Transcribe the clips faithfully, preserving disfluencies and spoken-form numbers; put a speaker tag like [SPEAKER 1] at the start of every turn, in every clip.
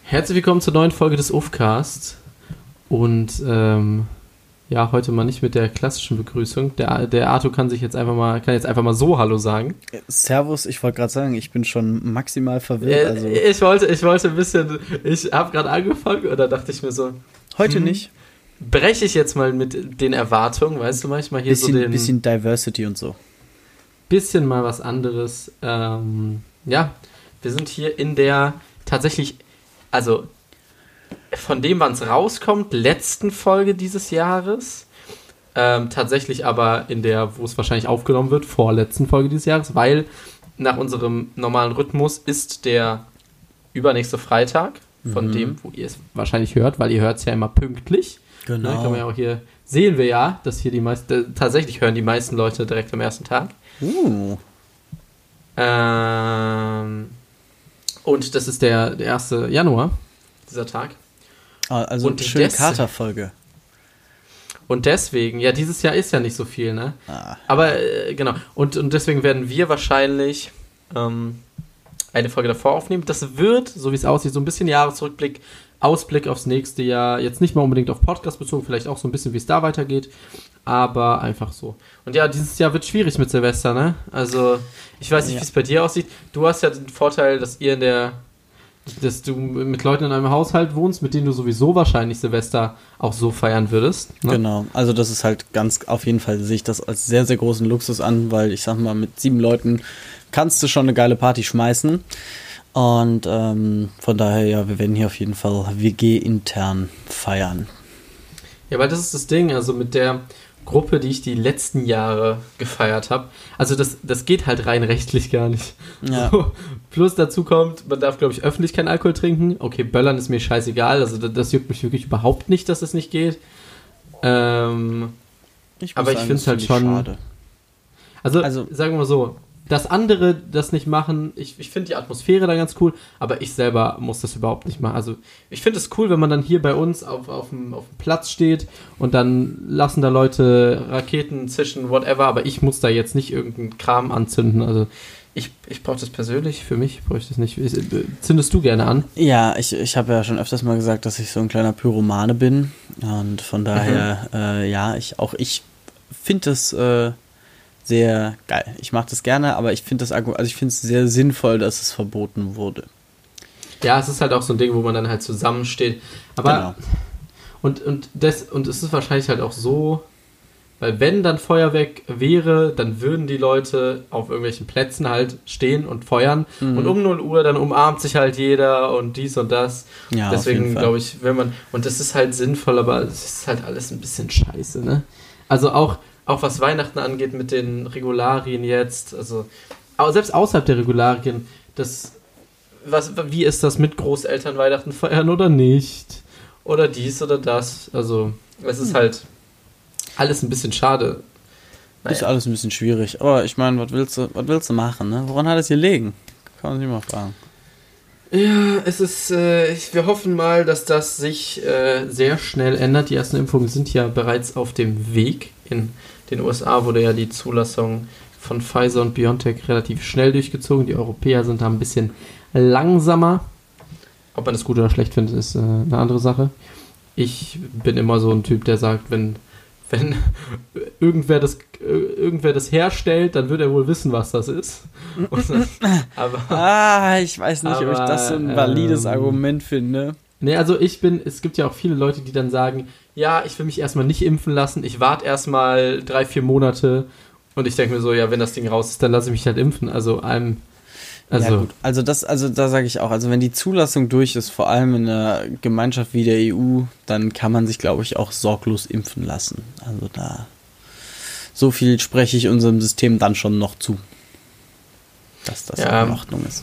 [SPEAKER 1] Herzlich willkommen zur neuen Folge des Ufcast. Und ähm, ja, heute mal nicht mit der klassischen Begrüßung. Der, der Arthur kann sich jetzt einfach mal, kann jetzt einfach mal so Hallo sagen.
[SPEAKER 2] Servus, ich wollte gerade sagen, ich bin schon maximal verwirrt.
[SPEAKER 1] Äh,
[SPEAKER 2] also.
[SPEAKER 1] Ich wollte, ich wollte ein bisschen, ich habe gerade angefangen und da dachte ich mir so,
[SPEAKER 2] heute
[SPEAKER 1] hm,
[SPEAKER 2] nicht.
[SPEAKER 1] Breche ich jetzt mal mit den Erwartungen, weißt du, manchmal hier
[SPEAKER 2] bisschen,
[SPEAKER 1] so den...
[SPEAKER 2] Bisschen Diversity und so.
[SPEAKER 1] Bisschen mal was anderes. Ähm, ja, wir sind hier in der tatsächlich, also von dem, wann es rauskommt, letzten Folge dieses Jahres. Ähm, tatsächlich aber in der, wo es wahrscheinlich aufgenommen wird, vorletzten Folge dieses Jahres, weil nach unserem normalen Rhythmus ist der übernächste Freitag, von mhm. dem, wo ihr es wahrscheinlich hört, weil ihr hört es ja immer pünktlich.
[SPEAKER 2] Genau.
[SPEAKER 1] Ne, kann man ja auch hier, sehen wir ja, dass hier die meisten, tatsächlich hören die meisten Leute direkt am ersten Tag.
[SPEAKER 2] Uh.
[SPEAKER 1] Ähm, und das ist der, der erste Januar, dieser Tag.
[SPEAKER 2] Ah, also
[SPEAKER 1] und
[SPEAKER 2] eine schöne
[SPEAKER 1] des-
[SPEAKER 2] Katerfolge.
[SPEAKER 1] Und deswegen, ja, dieses Jahr ist ja nicht so viel, ne?
[SPEAKER 2] Ah.
[SPEAKER 1] Aber, äh, genau, und, und deswegen werden wir wahrscheinlich ähm, eine Folge davor aufnehmen. Das wird, so wie es aussieht, so ein bisschen Jahresrückblick, Ausblick aufs nächste Jahr. Jetzt nicht mal unbedingt auf Podcast bezogen, vielleicht auch so ein bisschen, wie es da weitergeht. Aber einfach so. Und ja, dieses Jahr wird schwierig mit Silvester, ne? Also, ich weiß nicht,
[SPEAKER 2] Ja.
[SPEAKER 1] wie es bei dir aussieht. Du hast ja den Vorteil, dass ihr in der, dass du mit Leuten in einem Haushalt wohnst, mit denen du sowieso wahrscheinlich Silvester auch so feiern würdest. Ne?
[SPEAKER 2] Genau, also das ist halt ganz, auf jeden Fall sehe ich das als sehr, sehr großen Luxus an, weil ich sag mal, mit sieben Leuten kannst du schon eine geile Party schmeißen. Und ähm, von daher, ja, wir werden hier auf jeden Fall W G-intern feiern.
[SPEAKER 1] Ja, weil das ist das Ding, also mit der Gruppe, die ich die letzten Jahre gefeiert habe. Also das, das geht halt rein rechtlich gar nicht.
[SPEAKER 2] Ja.
[SPEAKER 1] So, plus dazu kommt, man darf, glaube ich, öffentlich keinen Alkohol trinken. Okay, Böllern ist mir scheißegal, also das, das juckt mich wirklich überhaupt nicht, dass es nicht geht. Ähm,
[SPEAKER 2] Ich
[SPEAKER 1] aber ich finde es halt schon...
[SPEAKER 2] schade.
[SPEAKER 1] Also,
[SPEAKER 2] Also-
[SPEAKER 1] sagen wir mal so, dass andere das nicht machen, ich, ich finde die Atmosphäre da ganz cool, aber ich selber muss das überhaupt nicht machen. Also ich finde es cool, wenn man dann hier bei uns auf, auf, dem, auf dem Platz steht und dann lassen da Leute Raketen zischen, whatever, aber ich muss da jetzt nicht irgendeinen Kram anzünden. Also ich, ich brauche das persönlich, für mich brauche ich das nicht. Ich, zündest du gerne an?
[SPEAKER 2] Ja, ich, ich habe ja schon öfters mal gesagt, dass ich so ein kleiner Pyromane bin. Und von daher, mhm. äh, ja, ich auch ich finde das äh, sehr geil. Ich mache das gerne, aber ich finde das also ich finde es sehr sinnvoll, dass es verboten wurde.
[SPEAKER 1] Ja, es ist halt auch so ein Ding, wo man dann halt zusammensteht. Aber
[SPEAKER 2] Genau.
[SPEAKER 1] und, und, das, und es ist wahrscheinlich halt auch so, weil wenn dann Feuerwerk wäre, dann würden die Leute auf irgendwelchen Plätzen halt stehen und feuern.
[SPEAKER 2] Mhm.
[SPEAKER 1] Und um null Uhr, dann umarmt sich halt jeder und dies und das.
[SPEAKER 2] Ja,
[SPEAKER 1] deswegen glaube ich, wenn man, und das ist halt sinnvoll, aber es ist halt alles ein bisschen scheiße, ne? Also auch, auch was Weihnachten angeht mit den Regularien jetzt, also auch selbst außerhalb der Regularien, das, was, wie ist das mit Großeltern Weihnachten feiern oder nicht? Oder dies oder das. Also es ist halt alles ein bisschen schade. Naja.
[SPEAKER 2] Ist alles ein bisschen schwierig. Aber ich meine, was willst du, was willst du machen, ne? Woran hat es hier liegen? Kann man sich mal fragen.
[SPEAKER 1] Ja, es ist, äh, ich, wir hoffen mal, dass das sich äh, sehr schnell ändert. Die ersten Impfungen sind ja bereits auf dem Weg. In den U S A wurde ja die Zulassung von Pfizer und BioNTech relativ schnell durchgezogen. Die Europäer sind da ein bisschen langsamer. Ob man das gut oder schlecht findet, ist äh, eine andere Sache. Ich bin immer so ein Typ, der sagt, wenn wenn irgendwer das, irgendwer das herstellt, dann wird er wohl wissen, was das ist. Dann, aber,
[SPEAKER 2] ah, ich weiß nicht,
[SPEAKER 1] aber,
[SPEAKER 2] ob ich das so ein valides
[SPEAKER 1] ähm,
[SPEAKER 2] Argument finde.
[SPEAKER 1] Nee, also ich bin, es gibt ja auch viele Leute, die dann sagen, ja, ich will mich erstmal nicht impfen lassen, ich warte erstmal drei, vier Monate und ich denke mir so, ja, wenn das Ding raus ist, dann lasse ich mich halt impfen. Also einem Also,
[SPEAKER 2] ja, gut. Also das, also da sage ich auch, also wenn die Zulassung durch ist, vor allem in einer Gemeinschaft wie der E U, dann kann man sich, glaube ich, auch sorglos impfen lassen. Also da so viel spreche ich unserem System dann schon noch zu, dass das
[SPEAKER 1] ja,
[SPEAKER 2] in Ordnung ist.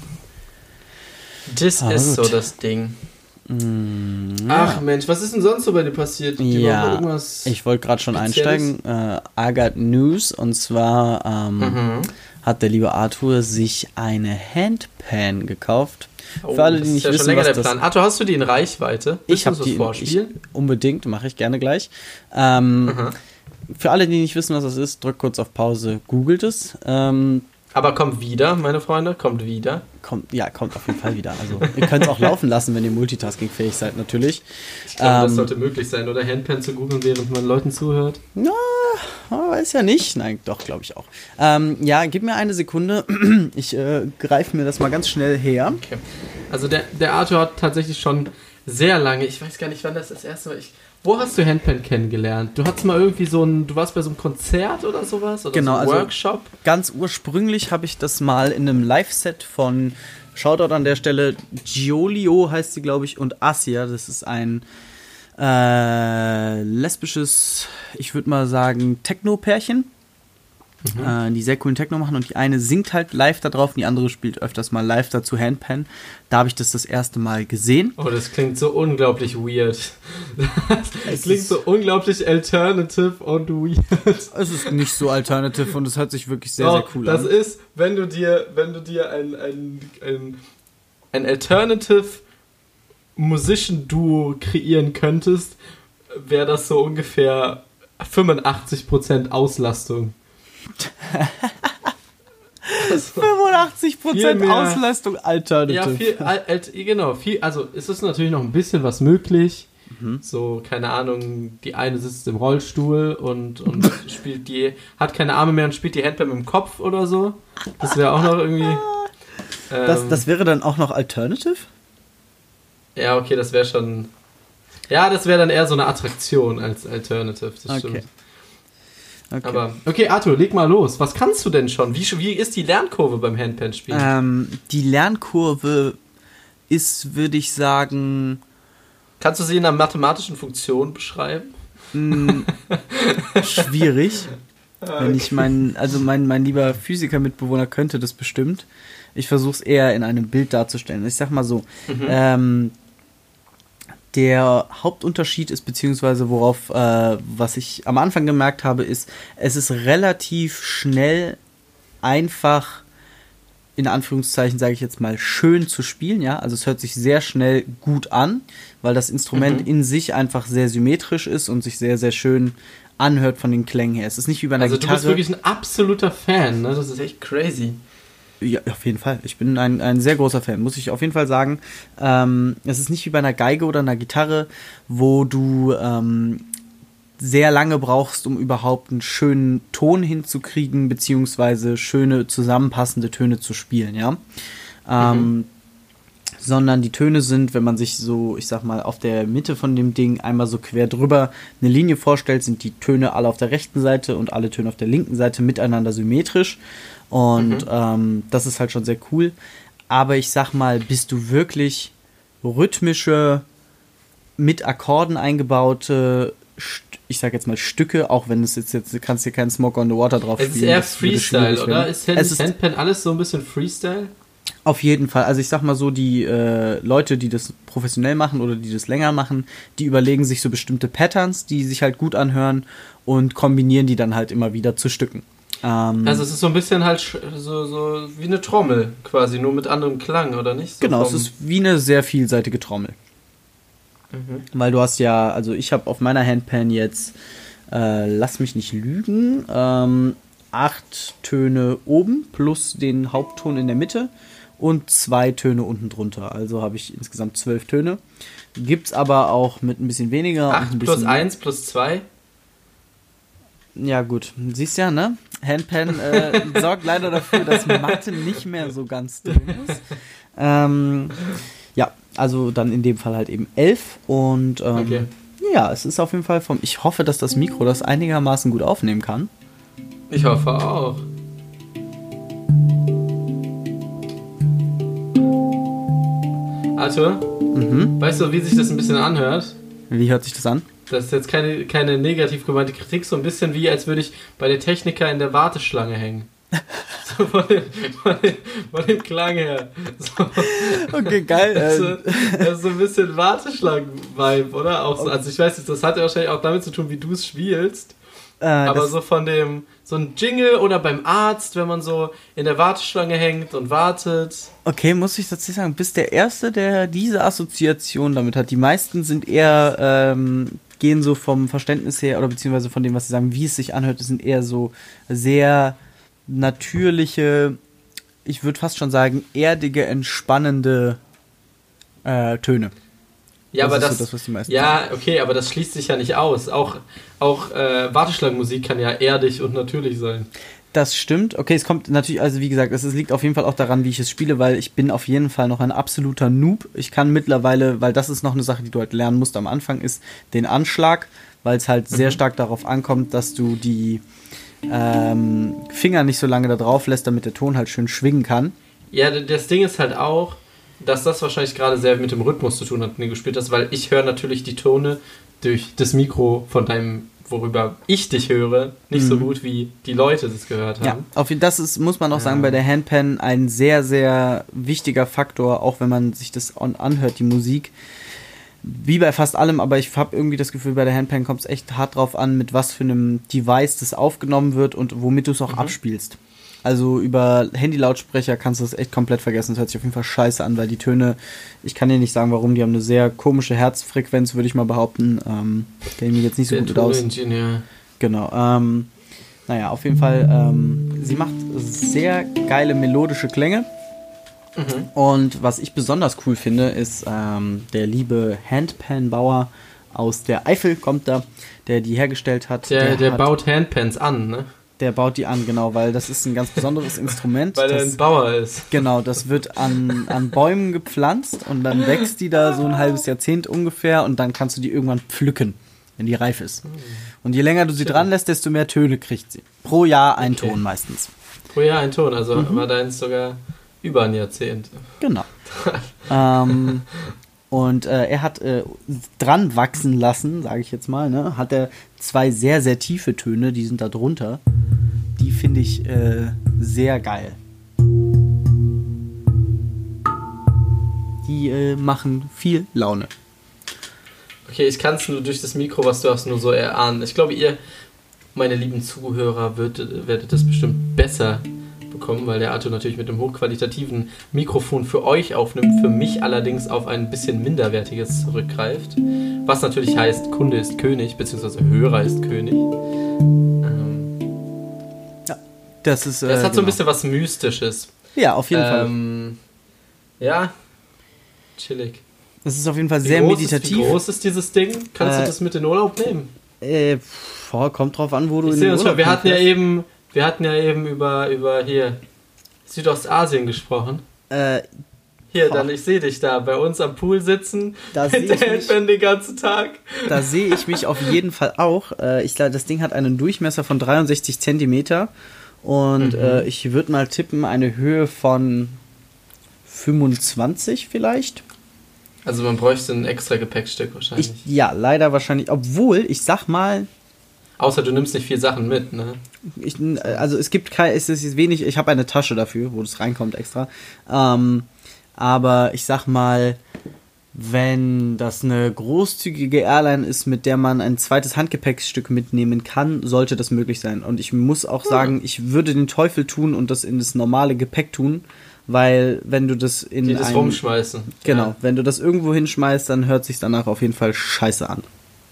[SPEAKER 1] Das
[SPEAKER 2] Aber
[SPEAKER 1] ist
[SPEAKER 2] gut.
[SPEAKER 1] so das Ding.
[SPEAKER 2] Mm,
[SPEAKER 1] Ach
[SPEAKER 2] ja.
[SPEAKER 1] Mensch, was ist denn sonst so bei dir passiert? Die
[SPEAKER 2] Ja,
[SPEAKER 1] Woche irgendwas
[SPEAKER 2] ich wollte gerade schon
[SPEAKER 1] Spezielles?
[SPEAKER 2] einsteigen. Äh, I got News, und zwar ähm,
[SPEAKER 1] Mhm.
[SPEAKER 2] hat der liebe Arthur sich eine Handpan gekauft.
[SPEAKER 1] Oh,
[SPEAKER 2] Für alle,
[SPEAKER 1] das
[SPEAKER 2] die
[SPEAKER 1] ist
[SPEAKER 2] nicht
[SPEAKER 1] ja schon
[SPEAKER 2] wissen,
[SPEAKER 1] länger
[SPEAKER 2] was
[SPEAKER 1] der
[SPEAKER 2] das
[SPEAKER 1] Plan. Arthur, hast du die in Reichweite? Willst
[SPEAKER 2] Ich
[SPEAKER 1] du
[SPEAKER 2] habe
[SPEAKER 1] uns
[SPEAKER 2] die
[SPEAKER 1] das vorspielen?
[SPEAKER 2] Ich, unbedingt, mache ich gerne gleich. Ähm,
[SPEAKER 1] Mhm.
[SPEAKER 2] Für alle, die nicht wissen, was das ist, drückt kurz auf Pause, googelt es. Ähm,
[SPEAKER 1] Aber kommt wieder, meine Freunde, kommt wieder.
[SPEAKER 2] Kommt, ja, kommt auf jeden Fall wieder. Also ihr könnt es auch laufen lassen, wenn ihr multitaskingfähig seid, natürlich.
[SPEAKER 1] Ich glaube,
[SPEAKER 2] ähm,
[SPEAKER 1] das sollte möglich sein, oder Handpan zu googeln, während man Leuten zuhört.
[SPEAKER 2] Na, weiß ja nicht. Nein, doch, glaube ich auch. Ähm, ja, gib mir eine Sekunde. Ich äh, greife mir das mal ganz schnell her.
[SPEAKER 1] Okay. Also der, der Arthur hat tatsächlich schon sehr lange, ich weiß gar nicht, wann das das erste Mal... Ich, wo hast du Handpan kennengelernt? Du hattest mal irgendwie so ein... Du warst bei so einem Konzert oder sowas? Oder
[SPEAKER 2] genau,
[SPEAKER 1] so einem
[SPEAKER 2] also
[SPEAKER 1] Workshop?
[SPEAKER 2] Ganz ursprünglich habe ich das mal in einem Live-Set von, Shoutout an der Stelle, Giolio heißt sie, glaube ich, und Asia. Das ist ein äh, lesbisches, ich würde mal sagen, Techno-Pärchen. Mhm. Äh, die sehr coolen Techno machen und die eine singt halt live da drauf und die andere spielt öfters mal live dazu Handpan. Da habe ich das das erste Mal gesehen.
[SPEAKER 1] Oh, das klingt so unglaublich weird. Das klingt so unglaublich alternative und weird.
[SPEAKER 2] Es ist nicht so alternative und es hört sich wirklich sehr,
[SPEAKER 1] Doch,
[SPEAKER 2] sehr cool
[SPEAKER 1] das
[SPEAKER 2] an.
[SPEAKER 1] Das ist, wenn du dir, wenn du dir ein, ein, ein, ein alternative Musician-Duo kreieren könntest, wäre das so ungefähr fünfundachtzig Prozent Auslastung.
[SPEAKER 2] fünfundachtzig Prozent Auslastung Alternative.
[SPEAKER 1] Ja, viel, alt, genau. Viel, also es ist natürlich noch ein bisschen was möglich. Mhm. So, keine Ahnung, die eine sitzt im Rollstuhl und, und spielt die, hat keine Arme mehr und spielt die Handpan mit dem Kopf oder so. Das wäre auch noch irgendwie... Ähm,
[SPEAKER 2] das, das wäre dann auch noch Alternative?
[SPEAKER 1] Ja, okay, das wäre schon... Ja, das wäre dann eher so eine Attraktion als Alternative, das
[SPEAKER 2] okay.
[SPEAKER 1] stimmt.
[SPEAKER 2] Okay.
[SPEAKER 1] Aber, okay, Arthur, leg mal los. Was kannst du denn schon? Wie, wie ist die Lernkurve beim Handpan-Spielen?
[SPEAKER 2] Ähm, die Lernkurve ist, würde ich sagen...
[SPEAKER 1] Kannst du sie in einer mathematischen Funktion beschreiben?
[SPEAKER 2] Mh, schwierig. Okay. Wenn ich mein, also mein, mein lieber Physiker-Mitbewohner könnte das bestimmt. Ich versuche es eher in einem Bild darzustellen. Ich sag mal so, mhm. ähm, der Hauptunterschied ist, beziehungsweise worauf, äh, was ich am Anfang gemerkt habe, ist, es ist relativ schnell einfach, in Anführungszeichen sage ich jetzt mal, schön zu spielen, ja, also es hört sich sehr schnell gut an, weil das Instrument mhm. in sich einfach sehr symmetrisch ist und sich sehr, sehr schön anhört von den Klängen her. Es ist nicht wie bei einer
[SPEAKER 1] also
[SPEAKER 2] Gitarre.
[SPEAKER 1] Also du bist wirklich ein absoluter Fan, ne? Das ist echt crazy.
[SPEAKER 2] Ja, auf jeden Fall. Ich bin ein, ein sehr großer Fan, muss ich auf jeden Fall sagen. Ähm, es ist nicht wie bei einer Geige oder einer Gitarre, wo du ähm, sehr lange brauchst, um überhaupt einen schönen Ton hinzukriegen, beziehungsweise schöne zusammenpassende Töne zu spielen, ja. Ähm, mhm. Sondern die Töne sind, wenn man sich so, ich sag mal, auf der Mitte von dem Ding einmal so quer drüber eine Linie vorstellt, sind die Töne alle auf der rechten Seite und alle Töne auf der linken Seite miteinander symmetrisch. Und mhm. ähm, das ist halt schon sehr cool. Aber ich sag mal, bist du wirklich rhythmische, mit Akkorden eingebaute, ich sag jetzt mal Stücke, auch wenn es jetzt, jetzt kannst du hier keinen Smoke on the Water drauf
[SPEAKER 1] spielen. Es ist eher Freestyle, oder? Ist Hand,
[SPEAKER 2] es ist
[SPEAKER 1] Handpan alles so ein bisschen Freestyle?
[SPEAKER 2] Auf jeden Fall. Also ich sag mal so, die äh, Leute, die das professionell machen oder die das länger machen, die überlegen sich so bestimmte Patterns, die sich halt gut anhören und kombinieren die dann halt immer wieder zu Stücken. Ähm,
[SPEAKER 1] also es ist so ein bisschen halt so, so wie eine Trommel quasi, nur mit anderem Klang, oder nicht? So
[SPEAKER 2] genau, es ist wie eine sehr vielseitige Trommel. Mhm. Weil du hast ja, also ich habe auf meiner Handpan jetzt, äh, lass mich nicht lügen, ähm, acht Töne oben plus den Hauptton in der Mitte und zwei Töne unten drunter. Also habe ich insgesamt zwölf Töne. Gibt's aber auch mit ein bisschen weniger.
[SPEAKER 1] acht plus eins plus zwei?
[SPEAKER 2] Ja gut, siehst ja, ne? Handpan äh, sorgt leider dafür, dass Mathe nicht mehr so ganz drin ist. Ähm, ja, also dann in dem Fall halt eben elf und ähm, okay. Ja, es ist auf jeden Fall vom... Ich hoffe, dass das Mikro das einigermaßen gut aufnehmen kann.
[SPEAKER 1] Ich hoffe auch. Arthur, mhm. weißt du, wie sich das ein bisschen anhört?
[SPEAKER 2] Wie hört sich das an?
[SPEAKER 1] Das ist jetzt keine, keine negativ gemeinte Kritik, so ein bisschen wie, als würde ich bei der Techniker in der Warteschlange hängen. So von dem, von dem, von dem Klang her. So.
[SPEAKER 2] Okay, geil.
[SPEAKER 1] Das ist, so, das ist so ein bisschen Warteschlangen-Vibe, oder? Auch so, also ich weiß nicht, das hat ja wahrscheinlich auch damit zu tun, wie du es spielst. Äh, aber so von dem, so ein Jingle oder beim Arzt, wenn man so in der Warteschlange hängt und wartet.
[SPEAKER 2] Okay, muss ich dazu sagen, bist der Erste, der diese Assoziation damit hat. Die meisten sind eher, ähm, gehen so vom Verständnis her, oder beziehungsweise von dem, was sie sagen, wie es sich anhört, sind eher so sehr natürliche, ich würde fast schon sagen, erdige, entspannende äh, Töne.
[SPEAKER 1] Ja,
[SPEAKER 2] das
[SPEAKER 1] aber das,
[SPEAKER 2] so das was die meisten
[SPEAKER 1] ja,
[SPEAKER 2] sagen.
[SPEAKER 1] okay, aber das schließt sich ja nicht aus. Auch, auch äh, Warteschlangenmusik kann ja erdig und natürlich sein.
[SPEAKER 2] Das stimmt. Okay, es kommt natürlich, also wie gesagt, es, es liegt auf jeden Fall auch daran, wie ich es spiele, weil ich bin auf jeden Fall noch ein absoluter Noob. Ich kann mittlerweile, weil das ist noch eine Sache, die du halt lernen musst am Anfang, ist den Anschlag, weil es halt mhm. sehr stark darauf ankommt, dass du die ähm, Finger nicht so lange da drauf lässt, damit der Ton halt schön schwingen kann.
[SPEAKER 1] Ja, das Ding ist halt auch, dass das wahrscheinlich gerade sehr mit dem Rhythmus zu tun hat, den du gespielt hast, weil ich höre natürlich die Tone durch das Mikro von deinem, worüber ich dich höre, nicht mhm. so gut, wie die Leute das gehört haben.
[SPEAKER 2] Ja, auf, das ist, muss man auch sagen, ja. bei der Handpan ein sehr, sehr wichtiger Faktor, auch wenn man sich das on, anhört, die Musik. Wie bei fast allem, aber ich habe irgendwie das Gefühl, bei der Handpan kommt es echt hart drauf an, mit was für einem Device das aufgenommen wird und womit du es auch mhm. abspielst. Also über Handy-Lautsprecher kannst du das echt komplett vergessen. Das hört sich auf jeden Fall scheiße an, weil die Töne, ich kann dir nicht sagen, warum, die haben eine sehr komische Herzfrequenz, würde ich mal behaupten. Ähm, kenne ich mich jetzt nicht so der gut aus.
[SPEAKER 1] Ingenieur.
[SPEAKER 2] Genau. Ähm, naja, auf jeden Fall, ähm, sie macht sehr geile melodische Klänge. Mhm. Und was ich besonders cool finde, ist ähm, der liebe Handpan-Bauer aus der Eifel, kommt da, der die hergestellt hat.
[SPEAKER 1] Der, der, der
[SPEAKER 2] hat,
[SPEAKER 1] baut Handpans an, ne?
[SPEAKER 2] Der baut die an, genau, weil das ist ein ganz besonderes Instrument.
[SPEAKER 1] Weil er ein Bauer ist.
[SPEAKER 2] Genau, das wird an, an Bäumen gepflanzt und dann wächst die da so ein halbes Jahrzehnt ungefähr und dann kannst du die irgendwann pflücken, wenn die reif ist. Und je länger du sie dran lässt, desto mehr Töne kriegt sie. Pro Jahr ein okay. Ton meistens.
[SPEAKER 1] Pro Jahr ein Ton, also mhm. war deins sogar über ein Jahrzehnt.
[SPEAKER 2] Genau. ähm, und äh, er hat äh, dran wachsen lassen, sage ich jetzt mal, ne, hat er zwei sehr, sehr tiefe Töne, die sind da drunter. Die finde ich äh, sehr geil. Die äh, machen viel Laune.
[SPEAKER 1] Okay, ich kann es nur durch das Mikro, was du hast, nur so erahnen. Ich glaube, ihr, meine lieben Zuhörer, werdet, werdet das bestimmt besser bekommen, weil der Arthur natürlich mit einem hochqualitativen Mikrofon für euch aufnimmt, für mich allerdings auf ein bisschen minderwertiges zurückgreift. Was natürlich heißt, Kunde ist König, beziehungsweise Hörer ist König. Ähm,
[SPEAKER 2] ja, das ist... Äh,
[SPEAKER 1] das hat
[SPEAKER 2] genau.
[SPEAKER 1] so ein bisschen was Mystisches.
[SPEAKER 2] Ja, auf jeden
[SPEAKER 1] ähm, Fall. Ja, chillig.
[SPEAKER 2] Das ist auf jeden Fall
[SPEAKER 1] wie
[SPEAKER 2] sehr
[SPEAKER 1] groß
[SPEAKER 2] meditativ.
[SPEAKER 1] Ist, wie groß ist dieses Ding? Kannst
[SPEAKER 2] äh,
[SPEAKER 1] du das mit in Urlaub nehmen?
[SPEAKER 2] Äh, boah, kommt drauf an, wo du
[SPEAKER 1] ich
[SPEAKER 2] in den Urlaub
[SPEAKER 1] Wir hatten ja eben... Wir hatten ja eben über, über hier Südostasien gesprochen.
[SPEAKER 2] Äh,
[SPEAKER 1] hier, boah. dann, ich sehe dich da bei uns am Pool sitzen,
[SPEAKER 2] da
[SPEAKER 1] mit der Handpan den ganzen Tag.
[SPEAKER 2] Da sehe ich mich auf jeden Fall auch. Äh, ich glaube, das Ding hat einen Durchmesser von dreiundsechzig Zentimeter und mhm. äh, ich würde mal tippen, eine Höhe von fünfundzwanzig vielleicht.
[SPEAKER 1] Also man bräuchte ein extra Gepäckstück wahrscheinlich.
[SPEAKER 2] Ich, ja, leider wahrscheinlich. Obwohl, ich sag mal...
[SPEAKER 1] Außer du nimmst nicht viel Sachen mit, ne?
[SPEAKER 2] Ich, also es gibt kein, es ist wenig, ich habe eine Tasche dafür, wo das reinkommt extra. Ähm, aber ich sag mal, wenn das eine großzügige Airline ist, mit der man ein zweites Handgepäckstück mitnehmen kann, sollte das möglich sein. Und ich muss auch sagen, ich würde den Teufel tun und das in das normale Gepäck tun, weil wenn du das in
[SPEAKER 1] Die das
[SPEAKER 2] ein,
[SPEAKER 1] rumschmeißen.
[SPEAKER 2] Genau,
[SPEAKER 1] ja.
[SPEAKER 2] wenn du das irgendwo hinschmeißt, dann hört sich danach auf jeden Fall scheiße an.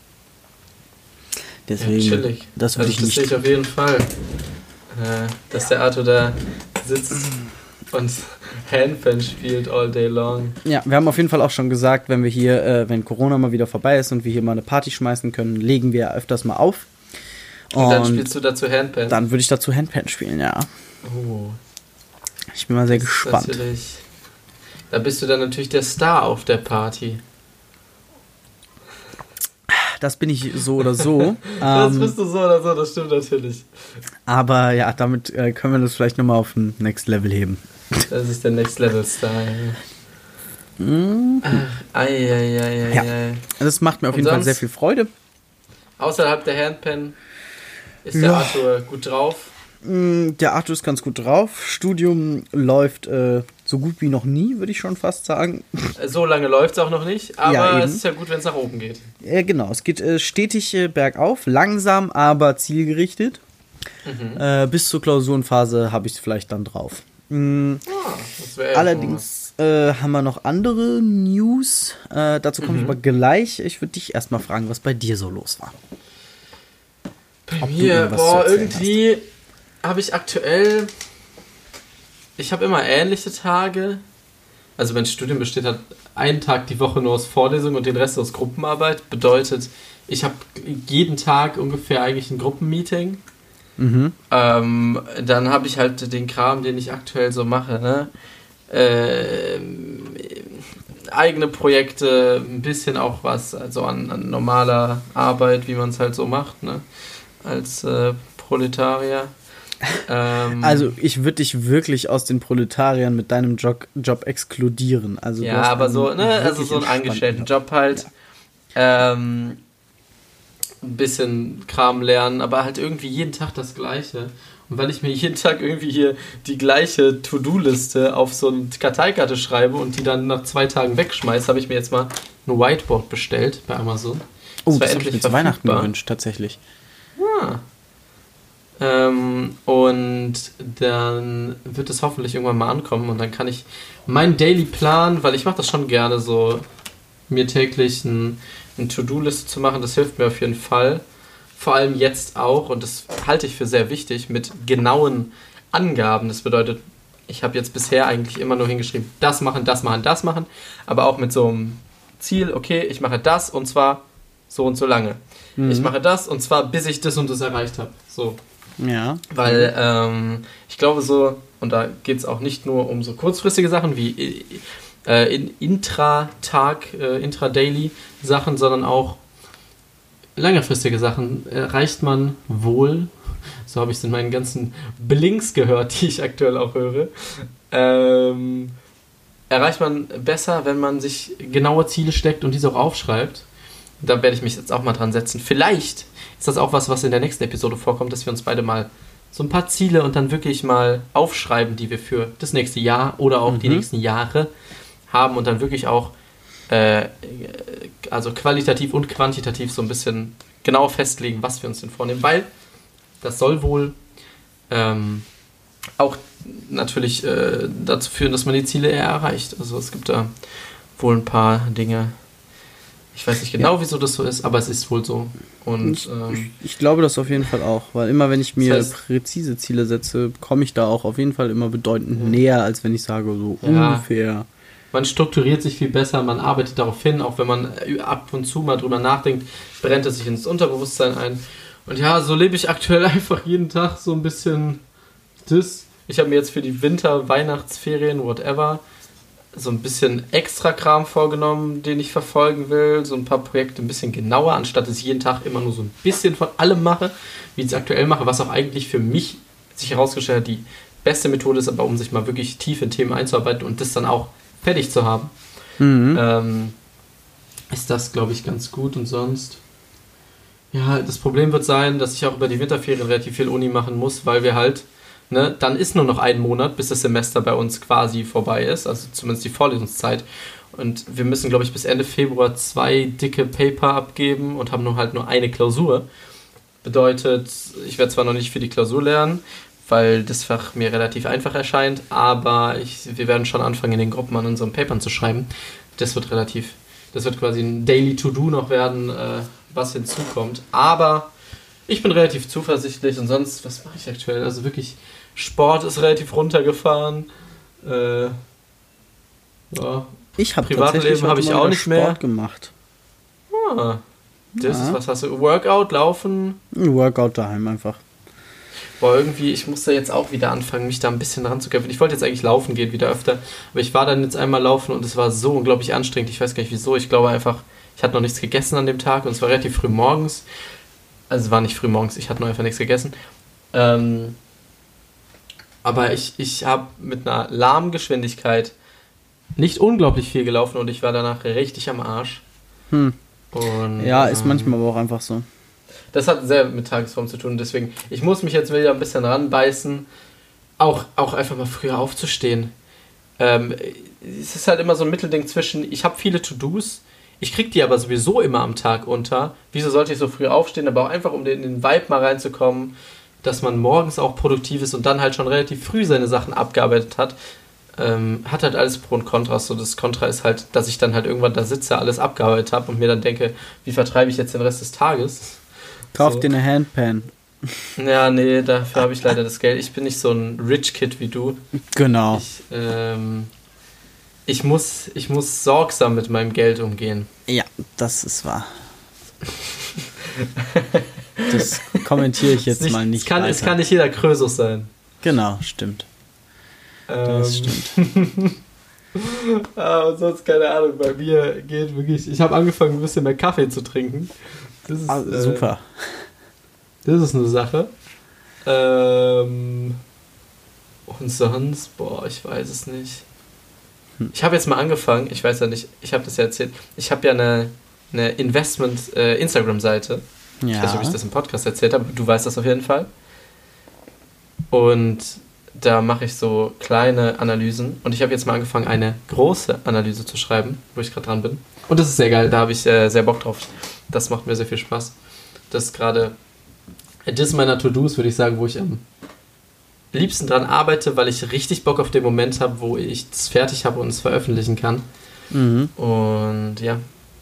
[SPEAKER 2] Deswegen,
[SPEAKER 1] ja, chillig.
[SPEAKER 2] Das würde
[SPEAKER 1] also,
[SPEAKER 2] ich
[SPEAKER 1] das
[SPEAKER 2] nicht.
[SPEAKER 1] sehe ich auf jeden Fall, äh, dass der Arthur da sitzt und Handpan spielt all day long.
[SPEAKER 2] Ja, wir haben auf jeden Fall auch schon gesagt, wenn wir hier, äh, wenn Corona mal wieder vorbei ist und wir hier mal eine Party schmeißen können, legen wir öfters mal auf.
[SPEAKER 1] Und, und dann spielst du dazu Handpan?
[SPEAKER 2] Dann würde ich dazu Handpan spielen, ja.
[SPEAKER 1] Oh.
[SPEAKER 2] Ich bin mal sehr
[SPEAKER 1] das
[SPEAKER 2] gespannt.
[SPEAKER 1] Natürlich, da bist du dann natürlich der Star auf der Party.
[SPEAKER 2] Das bin ich so oder so.
[SPEAKER 1] das bist du so oder so, das stimmt natürlich.
[SPEAKER 2] Aber ja, damit äh, können wir das vielleicht nochmal auf ein Next Level heben.
[SPEAKER 1] Das ist der Next Level Style.
[SPEAKER 2] Mhm.
[SPEAKER 1] Ach, ei, ei, ei, ei,
[SPEAKER 2] ja.
[SPEAKER 1] ei.
[SPEAKER 2] Das macht mir auf Und jeden Fall sehr viel Freude.
[SPEAKER 1] Außerhalb der Handpan ist der
[SPEAKER 2] ja.
[SPEAKER 1] Arthur gut drauf.
[SPEAKER 2] Der Arthur ist ganz gut drauf. Studium läuft äh, so gut wie noch nie, würde ich schon fast sagen.
[SPEAKER 1] So lange läuft es auch noch nicht, aber
[SPEAKER 2] ja,
[SPEAKER 1] es ist ja gut, wenn es nach oben geht.
[SPEAKER 2] Ja, genau, es geht äh, stetig äh, bergauf, langsam, aber zielgerichtet. Mhm. Äh, bis zur Klausurenphase habe ich es vielleicht dann drauf. Mhm.
[SPEAKER 1] Ah, das wäre
[SPEAKER 2] Allerdings äh, haben wir noch andere News. Äh, dazu komme mhm. ich aber gleich. Ich würde dich erstmal fragen, was bei dir so los war.
[SPEAKER 1] Bei mir, boah, irgendwie... habe ich aktuell, ich habe immer ähnliche Tage. Also mein Studium besteht halt einen Tag die Woche nur aus Vorlesung und den Rest aus Gruppenarbeit. Bedeutet, ich habe jeden Tag ungefähr eigentlich ein Gruppenmeeting.
[SPEAKER 2] Mhm.
[SPEAKER 1] Ähm, dann habe ich halt den Kram, den ich aktuell so mache, ne? Äh, eigene Projekte, ein bisschen auch was, also an, an normaler Arbeit, wie man es halt so macht, ne? Als äh, Proletarier. Ähm,
[SPEAKER 2] also ich würde dich wirklich aus den Proletariern mit deinem Job, Job exkludieren. Also
[SPEAKER 1] ja, aber so, ne, also so einen Angestelltenjob halt. Ja. Ähm, ein bisschen Kram lernen, aber halt irgendwie jeden Tag das Gleiche. Und weil ich mir jeden Tag irgendwie hier die gleiche To-Do-Liste auf so eine Karteikarte schreibe und die dann nach zwei Tagen wegschmeiße, habe ich mir jetzt mal ein Whiteboard bestellt bei Amazon.
[SPEAKER 2] Oh, das, das habe ich mir zu Weihnachten gewünscht, tatsächlich.
[SPEAKER 1] Ja. Ähm, und dann wird es hoffentlich irgendwann mal ankommen und dann kann ich meinen Daily Plan, weil ich mache das schon gerne so, mir täglich ein, eine To-Do-Liste zu machen, das hilft mir auf jeden Fall. Vor allem jetzt auch, und das halte ich für sehr wichtig, mit genauen Angaben. Das bedeutet, ich habe jetzt bisher eigentlich immer nur hingeschrieben, das machen, das machen, das machen, aber auch mit so einem Ziel, okay, ich mache das und zwar so und so lange. Mhm. Ich mache das und zwar bis ich das und das erreicht habe. So.
[SPEAKER 2] Ja.
[SPEAKER 1] Weil ähm, ich glaube so, und da geht es auch nicht nur um so kurzfristige Sachen wie äh, in Intra-Tag, äh, Intra-Daily-Sachen, sondern auch längerfristige Sachen erreicht man wohl, so habe ich es in meinen ganzen Blinks gehört, die ich aktuell auch höre, ähm, erreicht man besser, wenn man sich genaue Ziele steckt und diese auch aufschreibt. Da werde ich mich jetzt auch mal dran setzen. Vielleicht ist das auch was, was in der nächsten Episode vorkommt, dass wir uns beide mal so ein paar Ziele und dann wirklich mal aufschreiben, die wir für das nächste Jahr oder auch mhm. die nächsten Jahre haben und dann wirklich auch äh, also qualitativ und quantitativ so ein bisschen genau festlegen, was wir uns denn vornehmen, weil das soll wohl ähm, auch natürlich äh, dazu führen, dass man die Ziele eher erreicht. Also es gibt da wohl ein paar Dinge. Ich weiß nicht genau, ja. wieso das so ist, aber es ist wohl so. Und,
[SPEAKER 2] ich,
[SPEAKER 1] ähm,
[SPEAKER 2] ich glaube das auf jeden Fall auch, weil immer wenn ich mir
[SPEAKER 1] das heißt,
[SPEAKER 2] präzise Ziele setze, komme ich da auch auf jeden Fall immer bedeutend ja. näher, als wenn ich sage, so ja. ungefähr.
[SPEAKER 1] Man strukturiert sich viel besser, man arbeitet darauf hin, auch wenn man ab und zu mal drüber nachdenkt, brennt es sich ins Unterbewusstsein ein. Und ja, so lebe ich aktuell einfach jeden Tag so ein bisschen das. Ich habe mir jetzt für die Winter-, Weihnachtsferien, whatever, so ein bisschen extra Kram vorgenommen, den ich verfolgen will. So ein paar Projekte ein bisschen genauer, anstatt dass ich jeden Tag immer nur so ein bisschen von allem mache, wie ich es aktuell mache, was auch eigentlich für mich sich herausgestellt hat, die beste Methode ist, aber um sich mal wirklich tief in Themen einzuarbeiten und das dann auch fertig zu haben, mhm. ähm, ist das, glaube ich, ganz gut. Und sonst, ja, das Problem wird sein, dass ich auch über die Winterferien relativ viel Uni machen muss, weil wir halt, ne, dann ist nur noch ein Monat, bis das Semester bei uns quasi vorbei ist, also zumindest die Vorlesungszeit. Und wir müssen, glaube ich, bis Ende Februar zwei dicke Paper abgeben und haben nur halt nur eine Klausur. Bedeutet, ich werde zwar noch nicht für die Klausur lernen, weil das Fach mir relativ einfach erscheint, aber ich, wir werden schon anfangen, in den Gruppen an unseren Papern zu schreiben. Das wird relativ, das wird quasi ein Daily To-Do noch werden, äh, was hinzukommt. Aber ich bin relativ zuversichtlich und sonst, was mache ich aktuell? Also wirklich, Sport ist relativ runtergefahren. Äh, ja.
[SPEAKER 2] Ich habe
[SPEAKER 1] Privatleben habe ich auch nicht
[SPEAKER 2] Sport
[SPEAKER 1] mehr
[SPEAKER 2] gemacht.
[SPEAKER 1] Ah, das ja. ist, was hast du? Workout, Laufen?
[SPEAKER 2] Ein Workout daheim einfach.
[SPEAKER 1] Boah, irgendwie, ich muss da jetzt auch wieder anfangen, mich da ein bisschen ranzukämpfen. Ich wollte jetzt eigentlich laufen gehen, wieder öfter, aber ich war dann jetzt einmal laufen und es war so unglaublich anstrengend. Ich weiß gar nicht wieso. Ich glaube einfach, ich hatte noch nichts gegessen an dem Tag und es war relativ früh morgens. Also es war nicht früh morgens, ich hatte nur einfach nichts gegessen. Ähm, aber ich, ich habe mit einer lahmen Geschwindigkeit nicht unglaublich viel gelaufen und ich war danach richtig am Arsch.
[SPEAKER 2] Hm.
[SPEAKER 1] Und,
[SPEAKER 2] ja, ist
[SPEAKER 1] ähm,
[SPEAKER 2] manchmal aber auch einfach so.
[SPEAKER 1] Das hat sehr mit Tagesform zu tun, deswegen, ich muss mich jetzt wieder ein bisschen ranbeißen, auch, auch einfach mal früher aufzustehen. Ähm, es ist halt immer so ein Mittelding zwischen, ich habe viele To-Dos, ich kriege die aber sowieso immer am Tag unter, wieso sollte ich so früh aufstehen, aber auch einfach, um in den Vibe mal reinzukommen, dass man morgens auch produktiv ist und dann halt schon relativ früh seine Sachen abgearbeitet hat, ähm, hat halt alles Pro und Kontras. So, das Kontra ist halt, dass ich dann halt irgendwann da sitze, alles abgearbeitet habe und mir dann denke, wie vertreibe ich jetzt den Rest des Tages?
[SPEAKER 2] Kauf
[SPEAKER 1] so.
[SPEAKER 2] dir eine Handpan.
[SPEAKER 1] Ja, nee, dafür habe ich leider das Geld. Ich bin nicht so ein Rich Kid wie du.
[SPEAKER 2] Genau.
[SPEAKER 1] Ich, ähm, ich, muss, ich muss sorgsam mit meinem Geld umgehen.
[SPEAKER 2] Ja, das ist wahr. Das kommentiere ich jetzt
[SPEAKER 1] nicht,
[SPEAKER 2] mal nicht
[SPEAKER 1] es kann,
[SPEAKER 2] weiter.
[SPEAKER 1] Es kann nicht jeder Krösus sein.
[SPEAKER 2] Genau, stimmt. Das
[SPEAKER 1] Ähm,
[SPEAKER 2] stimmt.
[SPEAKER 1] ah, und sonst keine Ahnung, bei mir geht wirklich, ich habe angefangen ein bisschen mehr Kaffee zu trinken. Das ist,
[SPEAKER 2] Ah, super.
[SPEAKER 1] Äh, das ist eine Sache. Ähm, und sonst, boah, ich weiß es nicht.
[SPEAKER 2] Hm.
[SPEAKER 1] Ich habe jetzt mal angefangen, ich weiß ja nicht, ich habe das ja erzählt, ich habe ja eine, eine Investment-Instagram-Seite.
[SPEAKER 2] Ja.
[SPEAKER 1] Ich weiß nicht, ob ich das im Podcast erzählt habe, du weißt das auf jeden Fall. Und da mache ich so kleine Analysen. Und ich habe jetzt mal angefangen, eine große Analyse zu schreiben, wo ich gerade dran bin. Und das ist sehr geil, da habe ich äh, sehr Bock drauf. Das macht mir sehr viel Spaß. Das ist gerade, das meiner To-Dos, würde ich sagen, wo ich am liebsten dran arbeite, weil ich richtig Bock auf den Moment habe, wo ich es fertig habe und es veröffentlichen kann.
[SPEAKER 2] Mhm.
[SPEAKER 1] Und ja.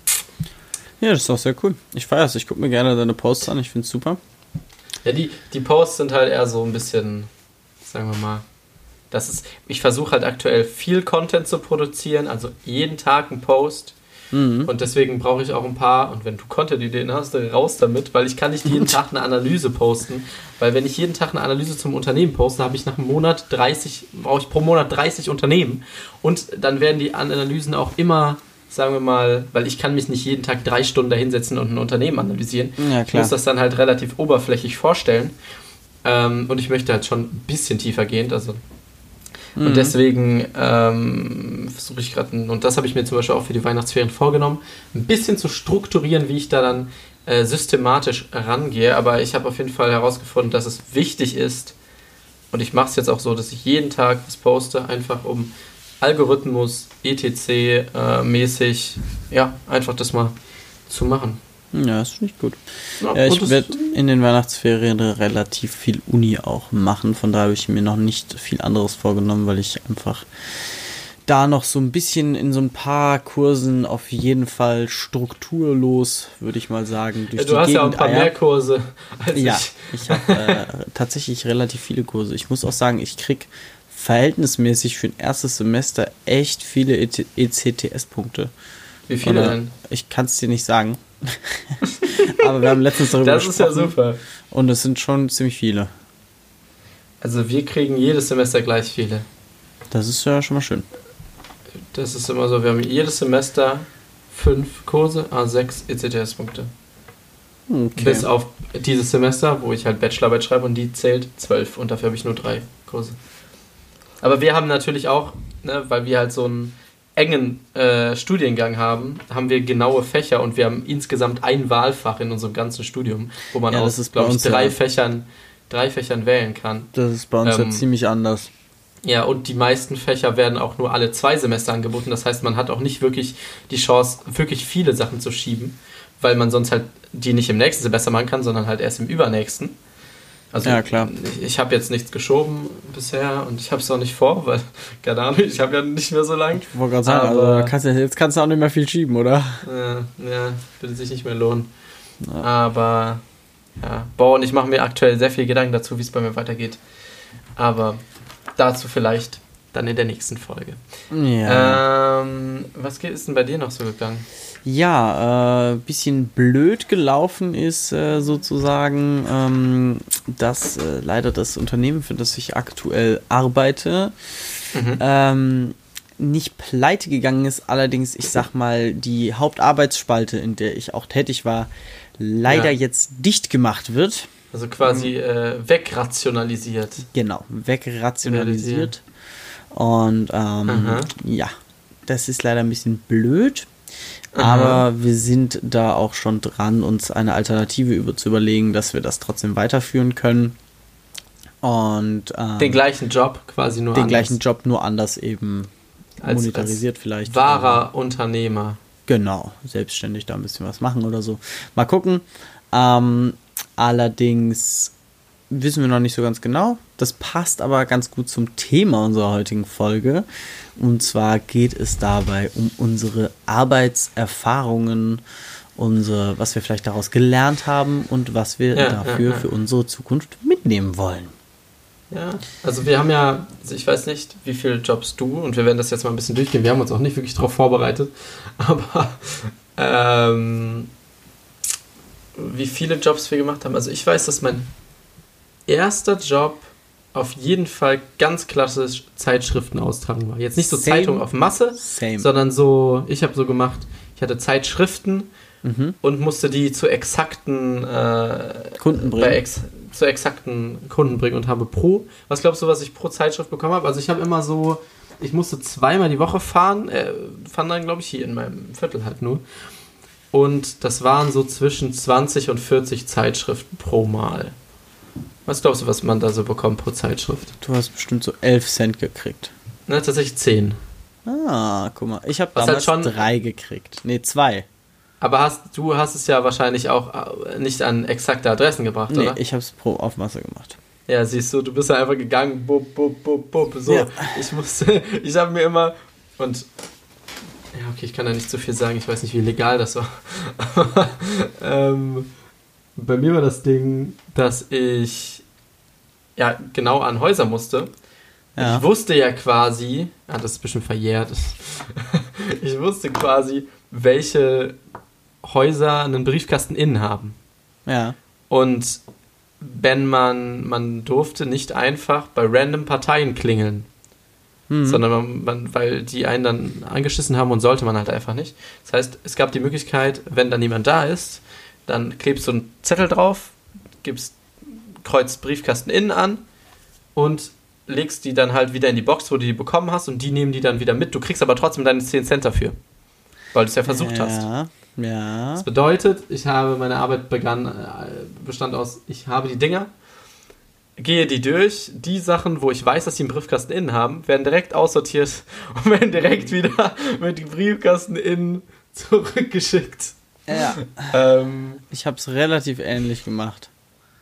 [SPEAKER 2] Ja, das ist auch sehr cool. Ich feiere es. Ich gucke mir gerne deine Posts an. Ich finde es super.
[SPEAKER 1] Ja, die, die Posts sind halt eher so ein bisschen, sagen wir mal, das ist, ich versuche halt aktuell viel Content zu produzieren, also jeden Tag ein Post. Mhm. Und deswegen brauche ich auch ein paar, und wenn du Content-Ideen hast, raus damit, weil ich kann nicht jeden Tag eine Analyse posten, weil wenn ich jeden Tag eine Analyse zum Unternehmen poste, habe ich nach einem Monat dreißig, brauche ich pro Monat dreißig Unternehmen und dann werden die Analysen auch immer, sagen wir mal, weil ich kann mich nicht jeden Tag drei Stunden da hinsetzen und ein Unternehmen analysieren.
[SPEAKER 2] Ja,
[SPEAKER 1] ich muss das dann halt relativ oberflächlich vorstellen ähm, und ich möchte halt schon ein bisschen tiefer gehen, also und deswegen ähm, versuche ich gerade, und das habe ich mir zum Beispiel auch für die Weihnachtsferien vorgenommen, ein bisschen zu strukturieren, wie ich da dann äh, systematisch rangehe. Aber ich habe auf jeden Fall herausgefunden, dass es wichtig ist, und ich mache es jetzt auch so, dass ich jeden Tag was poste, einfach um Algorithmus, et cetera äh, mäßig, ja, einfach das mal zu machen.
[SPEAKER 2] Ja, das finde ich gut.
[SPEAKER 1] Ja,
[SPEAKER 2] ja, ich werde in den Weihnachtsferien relativ viel Uni auch machen, von daher habe ich mir noch nicht viel anderes vorgenommen, weil ich einfach da noch so ein bisschen in so ein paar Kursen auf jeden Fall strukturlos, würde ich mal sagen, durch
[SPEAKER 1] ja, du
[SPEAKER 2] die
[SPEAKER 1] hast
[SPEAKER 2] Gegend
[SPEAKER 1] ja auch ein paar
[SPEAKER 2] eier.
[SPEAKER 1] mehr Kurse als
[SPEAKER 2] ja,
[SPEAKER 1] ich.
[SPEAKER 2] ich habe äh, tatsächlich relativ viele Kurse. Ich muss auch sagen, ich krieg verhältnismäßig für ein erstes Semester echt viele E C T S-Punkte.
[SPEAKER 1] Wie viele
[SPEAKER 2] Oder,
[SPEAKER 1] denn?
[SPEAKER 2] Ich kann es dir nicht sagen. Aber wir haben letztens darüber
[SPEAKER 1] das
[SPEAKER 2] gesprochen.
[SPEAKER 1] Das ist ja super.
[SPEAKER 2] Und es sind schon ziemlich viele.
[SPEAKER 1] Also wir kriegen jedes Semester gleich viele.
[SPEAKER 2] Das ist ja schon mal schön.
[SPEAKER 1] Das ist immer so, wir haben jedes Semester fünf Kurse, ah, sechs E C T S-Punkte.
[SPEAKER 2] Okay.
[SPEAKER 1] Bis auf dieses Semester, wo ich halt Bachelorarbeit schreibe und die zählt zwölf und dafür habe ich nur drei Kurse. Aber wir haben natürlich auch, ne, weil wir halt so einen engen äh, Studiengang haben, haben wir genaue Fächer und wir haben insgesamt ein Wahlfach in unserem ganzen Studium, wo man
[SPEAKER 2] ja,
[SPEAKER 1] aus, glaube ich, drei
[SPEAKER 2] ja.
[SPEAKER 1] Fächern, drei Fächern wählen kann.
[SPEAKER 2] Das ist bei uns ähm, ja ziemlich anders.
[SPEAKER 1] Ja, und die meisten Fächer werden auch nur alle zwei Semester angeboten. Das heißt, man hat auch nicht wirklich die Chance, wirklich viele Sachen zu schieben, weil man sonst halt die nicht im nächsten Semester machen kann, sondern halt erst im übernächsten. Also
[SPEAKER 2] ja, klar.
[SPEAKER 1] ich, ich habe jetzt nichts geschoben bisher und ich habe es auch nicht vor, weil, keine Ahnung, ich habe ja nicht mehr so lang.
[SPEAKER 2] Ich wollte gerade sagen, aber, also kannst du, jetzt kannst du auch nicht mehr viel schieben, oder?
[SPEAKER 1] Ja, ja würde sich nicht mehr lohnen. Ja. Aber, ja, boah, und ich mache mir aktuell sehr viel Gedanken dazu, wie es bei mir weitergeht. Aber dazu vielleicht dann in der nächsten Folge.
[SPEAKER 2] Ja.
[SPEAKER 1] Ähm, was ist denn bei dir noch so gegangen?
[SPEAKER 2] Ja, äh, bisschen blöd gelaufen ist äh, sozusagen, ähm, dass äh, leider das Unternehmen, für das ich aktuell arbeite, mhm. ähm, nicht pleite gegangen ist. Allerdings, ich sag mal, die Hauptarbeitsspalte, in der ich auch tätig war, leider ja. jetzt dicht gemacht wird.
[SPEAKER 1] Also quasi mhm. äh, wegrationalisiert.
[SPEAKER 2] Genau, wegrationalisiert. Und ähm, ja, das ist leider ein bisschen blöd. Aber Aha. wir sind da auch schon dran, uns eine Alternative über zu überlegen, dass wir das trotzdem weiterführen können. Und ähm,
[SPEAKER 1] den gleichen Job quasi nur
[SPEAKER 2] den
[SPEAKER 1] anders.
[SPEAKER 2] Den gleichen Job nur anders eben
[SPEAKER 1] als,
[SPEAKER 2] monetarisiert als vielleicht.
[SPEAKER 1] Wahrer oder, Unternehmer.
[SPEAKER 2] Genau, selbstständig da ein bisschen was machen oder so. Mal gucken. Ähm, allerdings wissen wir noch nicht so ganz genau. Das passt aber ganz gut zum Thema unserer heutigen Folge. Und zwar geht es dabei um unsere Arbeitserfahrungen, unsere, was wir vielleicht daraus gelernt haben und was wir
[SPEAKER 1] ja,
[SPEAKER 2] dafür
[SPEAKER 1] ja, ja.
[SPEAKER 2] für unsere Zukunft mitnehmen wollen.
[SPEAKER 1] Ja, also wir haben ja, also ich weiß nicht, wie viele Jobs du, und wir werden das jetzt mal ein bisschen durchgehen, wir haben uns auch nicht wirklich darauf vorbereitet, aber ähm, wie viele Jobs wir gemacht haben. Also ich weiß, dass mein erster Job auf jeden Fall ganz klassisch Zeitschriften austragen war. Jetzt nicht so
[SPEAKER 2] Same.
[SPEAKER 1] Zeitung auf Masse,
[SPEAKER 2] Same.
[SPEAKER 1] sondern so, ich habe so gemacht, ich hatte Zeitschriften
[SPEAKER 2] Mhm.
[SPEAKER 1] und musste die zu exakten äh,
[SPEAKER 2] Kunden bringen.
[SPEAKER 1] Bei ex, zu exakten Kunden bringen und habe pro, was glaubst du, was ich pro Zeitschrift bekommen habe? Also ich habe immer so, ich musste zweimal die Woche fahren, äh, fahren dann glaube ich hier in meinem Viertel halt nur. Und das waren so zwischen zwanzig und vierzig Zeitschriften pro Mal. Was glaubst du, was man da so bekommt pro Zeitschrift?
[SPEAKER 2] Du hast bestimmt so elf Cent gekriegt.
[SPEAKER 1] Na, tatsächlich zehn.
[SPEAKER 2] Ah, guck mal. Ich habe
[SPEAKER 1] Was
[SPEAKER 2] damals
[SPEAKER 1] halt schon-
[SPEAKER 2] drei gekriegt. Nee, zwei.
[SPEAKER 1] Aber hast, du hast es ja wahrscheinlich auch äh, nicht an exakte Adressen gebracht,
[SPEAKER 2] Nee,
[SPEAKER 1] oder?
[SPEAKER 2] ich habe es pro Aufmasse gemacht.
[SPEAKER 1] Ja, siehst du, du bist ja einfach gegangen, bub, bub, bub, bub, so.
[SPEAKER 2] Ja.
[SPEAKER 1] Ich musste, ich habe mir immer, und, ja, okay, ich kann da nicht zu viel sagen, ich weiß nicht, wie legal das war, aber, ähm, bei mir war das Ding, dass ich, ja, genau an Häuser musste.
[SPEAKER 2] Ja.
[SPEAKER 1] Ich wusste ja quasi, ah, das ist ein bisschen verjährt, ich wusste quasi, welche Häuser einen Briefkasten innen haben.
[SPEAKER 2] Ja.
[SPEAKER 1] Und wenn man, man durfte nicht einfach bei random Parteien klingeln,
[SPEAKER 2] Hm.
[SPEAKER 1] sondern man, man, weil die einen dann angeschissen haben und sollte man halt einfach nicht. Das heißt, es gab die Möglichkeit, wenn dann niemand da ist, dann klebst du einen Zettel drauf, gibst Kreuz Briefkasten innen an und legst die dann halt wieder in die Box, wo du die bekommen hast und die nehmen die dann wieder mit. Du kriegst aber trotzdem deine zehn Cent dafür, weil du es ja versucht
[SPEAKER 2] ja.
[SPEAKER 1] hast.
[SPEAKER 2] Ja.
[SPEAKER 1] Das bedeutet, ich habe, meine Arbeit begann, äh, bestand aus, ich habe die Dinger, gehe die durch, die Sachen, wo ich weiß, dass die einen Briefkasten innen haben, werden direkt aussortiert und werden direkt wieder mit dem Briefkasten innen zurückgeschickt.
[SPEAKER 2] Ja.
[SPEAKER 1] Ähm,
[SPEAKER 2] Ich habe es relativ ähnlich gemacht.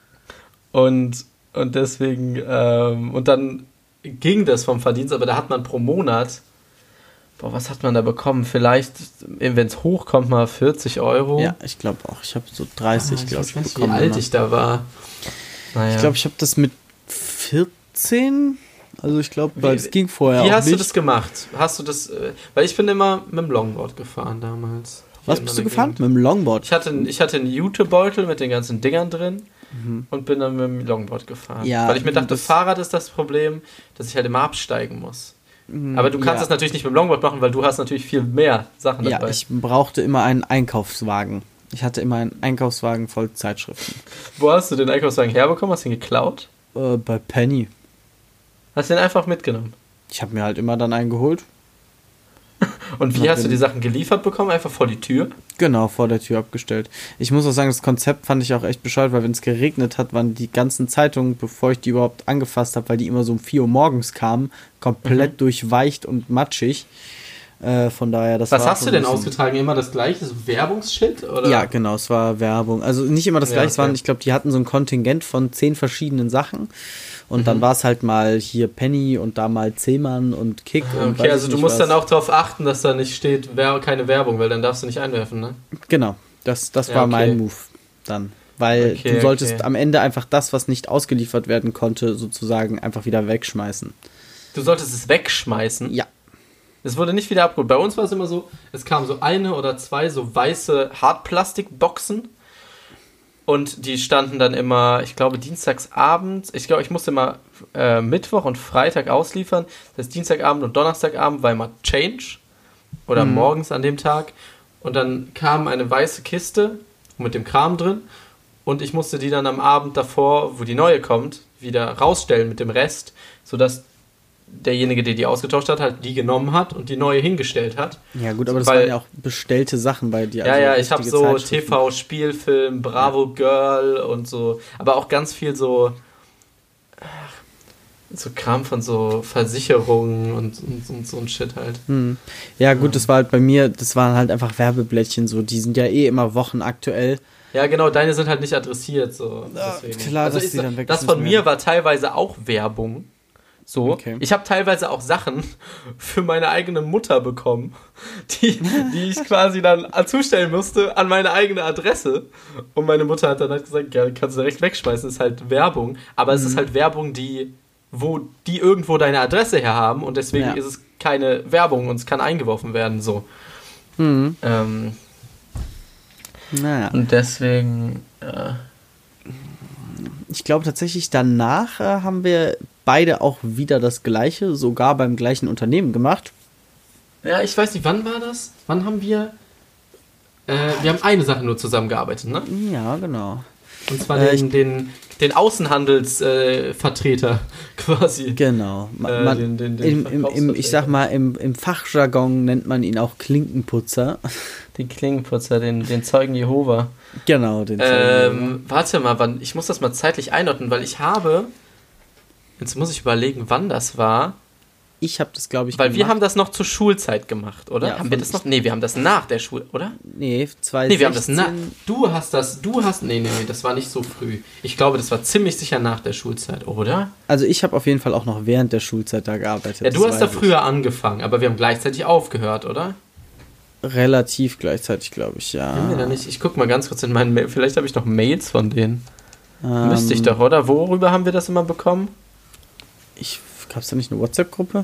[SPEAKER 1] und, und deswegen, ähm, und dann ging das vom Verdienst, aber da hat man pro Monat, boah, was hat man da bekommen? Vielleicht, wenn es hochkommt, mal vierzig Euro.
[SPEAKER 2] Ja, ich glaube auch. Ich habe so dreißig,
[SPEAKER 1] Ah, ich
[SPEAKER 2] glaube
[SPEAKER 1] weiß
[SPEAKER 2] ich,
[SPEAKER 1] nicht, wie
[SPEAKER 2] bekommen.
[SPEAKER 1] alt
[SPEAKER 2] immer.
[SPEAKER 1] ich da war. Naja.
[SPEAKER 2] Ich glaube, ich habe das mit vierzehn, also ich glaube, weil
[SPEAKER 1] Wie-
[SPEAKER 2] es ging vorher
[SPEAKER 1] Wie
[SPEAKER 2] auch
[SPEAKER 1] hast
[SPEAKER 2] nicht.
[SPEAKER 1] du das gemacht? Hast du das, äh, weil ich bin immer mit dem Longboard gefahren damals. Hier
[SPEAKER 2] Was
[SPEAKER 1] in
[SPEAKER 2] bist du
[SPEAKER 1] meiner
[SPEAKER 2] gefahren?
[SPEAKER 1] Gegend.
[SPEAKER 2] Mit dem Longboard?
[SPEAKER 1] Ich hatte, ich hatte einen Jutebeutel mit den ganzen Dingern drin
[SPEAKER 2] Mhm.
[SPEAKER 1] und bin dann mit dem Longboard gefahren.
[SPEAKER 2] Ja,
[SPEAKER 1] weil ich mir dachte,
[SPEAKER 2] das-
[SPEAKER 1] Fahrrad ist das Problem, dass ich halt immer absteigen muss.
[SPEAKER 2] Mhm,
[SPEAKER 1] Aber du kannst
[SPEAKER 2] ja.
[SPEAKER 1] das natürlich nicht mit dem Longboard machen, weil du hast natürlich viel mehr Sachen
[SPEAKER 2] Ja,
[SPEAKER 1] dabei.
[SPEAKER 2] ich brauchte immer einen Einkaufswagen. Ich hatte immer einen Einkaufswagen voll Zeitschriften.
[SPEAKER 1] Wo hast du den Einkaufswagen herbekommen? Hast du ihn geklaut?
[SPEAKER 2] Äh, bei Penny.
[SPEAKER 1] Hast du den einfach mitgenommen?
[SPEAKER 2] Ich habe mir halt immer dann einen geholt.
[SPEAKER 1] Und wie
[SPEAKER 2] Na,
[SPEAKER 1] hast du
[SPEAKER 2] bin-
[SPEAKER 1] die Sachen geliefert bekommen? Einfach vor die Tür?
[SPEAKER 2] Genau, vor der Tür abgestellt. Ich muss auch sagen, das Konzept fand ich auch echt bescheuert, weil wenn es geregnet hat, waren die ganzen Zeitungen, bevor ich die überhaupt angefasst habe, weil die immer so um vier Uhr morgens kamen, komplett
[SPEAKER 1] Mhm.
[SPEAKER 2] durchweicht und matschig. Äh, von daher, das
[SPEAKER 1] Was
[SPEAKER 2] war
[SPEAKER 1] hast du
[SPEAKER 2] schon
[SPEAKER 1] denn
[SPEAKER 2] ein bisschen-
[SPEAKER 1] ausgetragen? Immer das gleiche? So Werbungsschild? Oder?
[SPEAKER 2] Ja, genau, es war Werbung. Also nicht immer das
[SPEAKER 1] Ja,
[SPEAKER 2] gleiche, es waren,
[SPEAKER 1] okay.
[SPEAKER 2] ich glaube, die hatten so ein Kontingent von zehn verschiedenen Sachen. Und
[SPEAKER 1] Mhm.
[SPEAKER 2] dann war es halt mal hier Penny und da mal Zehmann und Kick. Und
[SPEAKER 1] Okay,
[SPEAKER 2] weiß
[SPEAKER 1] also
[SPEAKER 2] ich
[SPEAKER 1] du
[SPEAKER 2] nicht
[SPEAKER 1] musst
[SPEAKER 2] was.
[SPEAKER 1] dann auch darauf achten, dass da nicht steht, wer, keine Werbung, weil dann darfst du nicht einwerfen, ne?
[SPEAKER 2] Genau, das, das
[SPEAKER 1] Ja,
[SPEAKER 2] war
[SPEAKER 1] okay.
[SPEAKER 2] mein Move dann. Weil
[SPEAKER 1] Okay,
[SPEAKER 2] du solltest
[SPEAKER 1] okay.
[SPEAKER 2] am Ende einfach das, was nicht ausgeliefert werden konnte, sozusagen einfach wieder wegschmeißen.
[SPEAKER 1] Du solltest es wegschmeißen.
[SPEAKER 2] Ja.
[SPEAKER 1] Es wurde nicht wieder abgeholt. Bei uns war es immer so, es kamen so eine oder zwei so weiße Hartplastikboxen und die standen dann immer, ich glaube, dienstagsabends, ich glaube, ich musste immer äh, Mittwoch und Freitag ausliefern. Das heißt, Dienstagabend und Donnerstagabend war immer Change oder
[SPEAKER 2] Mhm.
[SPEAKER 1] morgens an dem Tag und dann kam eine weiße Kiste mit dem Kram drin und ich musste die dann am Abend davor, wo die neue kommt, wieder rausstellen mit dem Rest, sodass derjenige, der die ausgetauscht hat, halt die genommen hat und die neue hingestellt hat.
[SPEAKER 2] Ja gut, aber das
[SPEAKER 1] Weil-
[SPEAKER 2] waren ja auch bestellte Sachen bei dir.
[SPEAKER 1] Ja,
[SPEAKER 2] also
[SPEAKER 1] ja, ich habe
[SPEAKER 2] richtige
[SPEAKER 1] so
[SPEAKER 2] Zeitschriften.
[SPEAKER 1] T V-Spielfilm, Bravo Girl und so, aber auch ganz viel so ach, so Kram von so Versicherungen und, und, und so ein Shit halt.
[SPEAKER 2] Hm. Ja gut, das war halt bei mir, das waren halt einfach Werbeblättchen so, die sind ja eh immer wochenaktuell.
[SPEAKER 1] Ja, genau, deine sind halt nicht adressiert. So.
[SPEAKER 2] Ja,
[SPEAKER 1] deswegen.
[SPEAKER 2] klar,
[SPEAKER 1] also
[SPEAKER 2] dass
[SPEAKER 1] ist,
[SPEAKER 2] die dann weg
[SPEAKER 1] das von mir war teilweise auch Werbung. So.
[SPEAKER 2] Okay.
[SPEAKER 1] Ich habe teilweise auch Sachen für meine eigene Mutter bekommen, die, die ich quasi dann zustellen musste an meine eigene Adresse. Und meine Mutter hat dann halt gesagt, ja, kannst du direkt wegschmeißen, ist halt Werbung. Aber mhm. es ist halt Werbung, die, wo die irgendwo deine Adresse her haben und deswegen ja. ist es keine Werbung und es kann eingeworfen werden. So.
[SPEAKER 2] Mhm.
[SPEAKER 1] Ähm,
[SPEAKER 2] naja.
[SPEAKER 1] Und deswegen. Äh,
[SPEAKER 2] ich glaube tatsächlich, danach äh, haben wir beide auch wieder das Gleiche, sogar beim gleichen Unternehmen gemacht.
[SPEAKER 1] Ja, ich weiß nicht, wann war das? Wann haben wir... Äh, wir haben eine Sache nur zusammengearbeitet, ne?
[SPEAKER 2] Ja, genau.
[SPEAKER 1] Und zwar äh, den, den, den Außenhandelsvertreter äh, quasi.
[SPEAKER 2] Genau. Man,
[SPEAKER 1] äh, den, den, den
[SPEAKER 2] im, im, im, ich sag mal, im, im Fachjargon nennt man ihn auch Klinkenputzer.
[SPEAKER 1] Den Klinkenputzer, den, den Zeugen Jehova.
[SPEAKER 2] Genau, den Zeugen
[SPEAKER 1] ähm,
[SPEAKER 2] Jehova.
[SPEAKER 1] Warte mal, wann, ich muss das mal zeitlich einordnen, weil ich habe... Jetzt muss ich überlegen, wann das war.
[SPEAKER 2] Ich habe das, glaube ich,
[SPEAKER 1] Weil
[SPEAKER 2] gemacht.
[SPEAKER 1] wir haben das noch zur Schulzeit gemacht, oder?
[SPEAKER 2] Ja,
[SPEAKER 1] haben wir das noch? Nee, wir haben das nach der Schule, oder?
[SPEAKER 2] Nee, zweitausendsechzehn.
[SPEAKER 1] Nee, wir haben das nach... Du hast das, du hast... Nee, nee, nee, das war nicht so früh. Ich glaube, das war ziemlich sicher nach der Schulzeit, oder?
[SPEAKER 2] Also ich habe auf jeden Fall auch noch während der Schulzeit da gearbeitet.
[SPEAKER 1] Ja, du hast da früher angefangen, aber wir haben gleichzeitig aufgehört, oder?
[SPEAKER 2] Relativ gleichzeitig, glaube ich, ja.
[SPEAKER 1] Haben wir da nicht? Ich guck mal ganz kurz in meinen Mail. Vielleicht habe ich noch Mails von denen.
[SPEAKER 2] Ähm,
[SPEAKER 1] Müsste ich doch, oder? Worüber haben wir das immer bekommen?
[SPEAKER 2] Ich, gab es da nicht eine WhatsApp-Gruppe?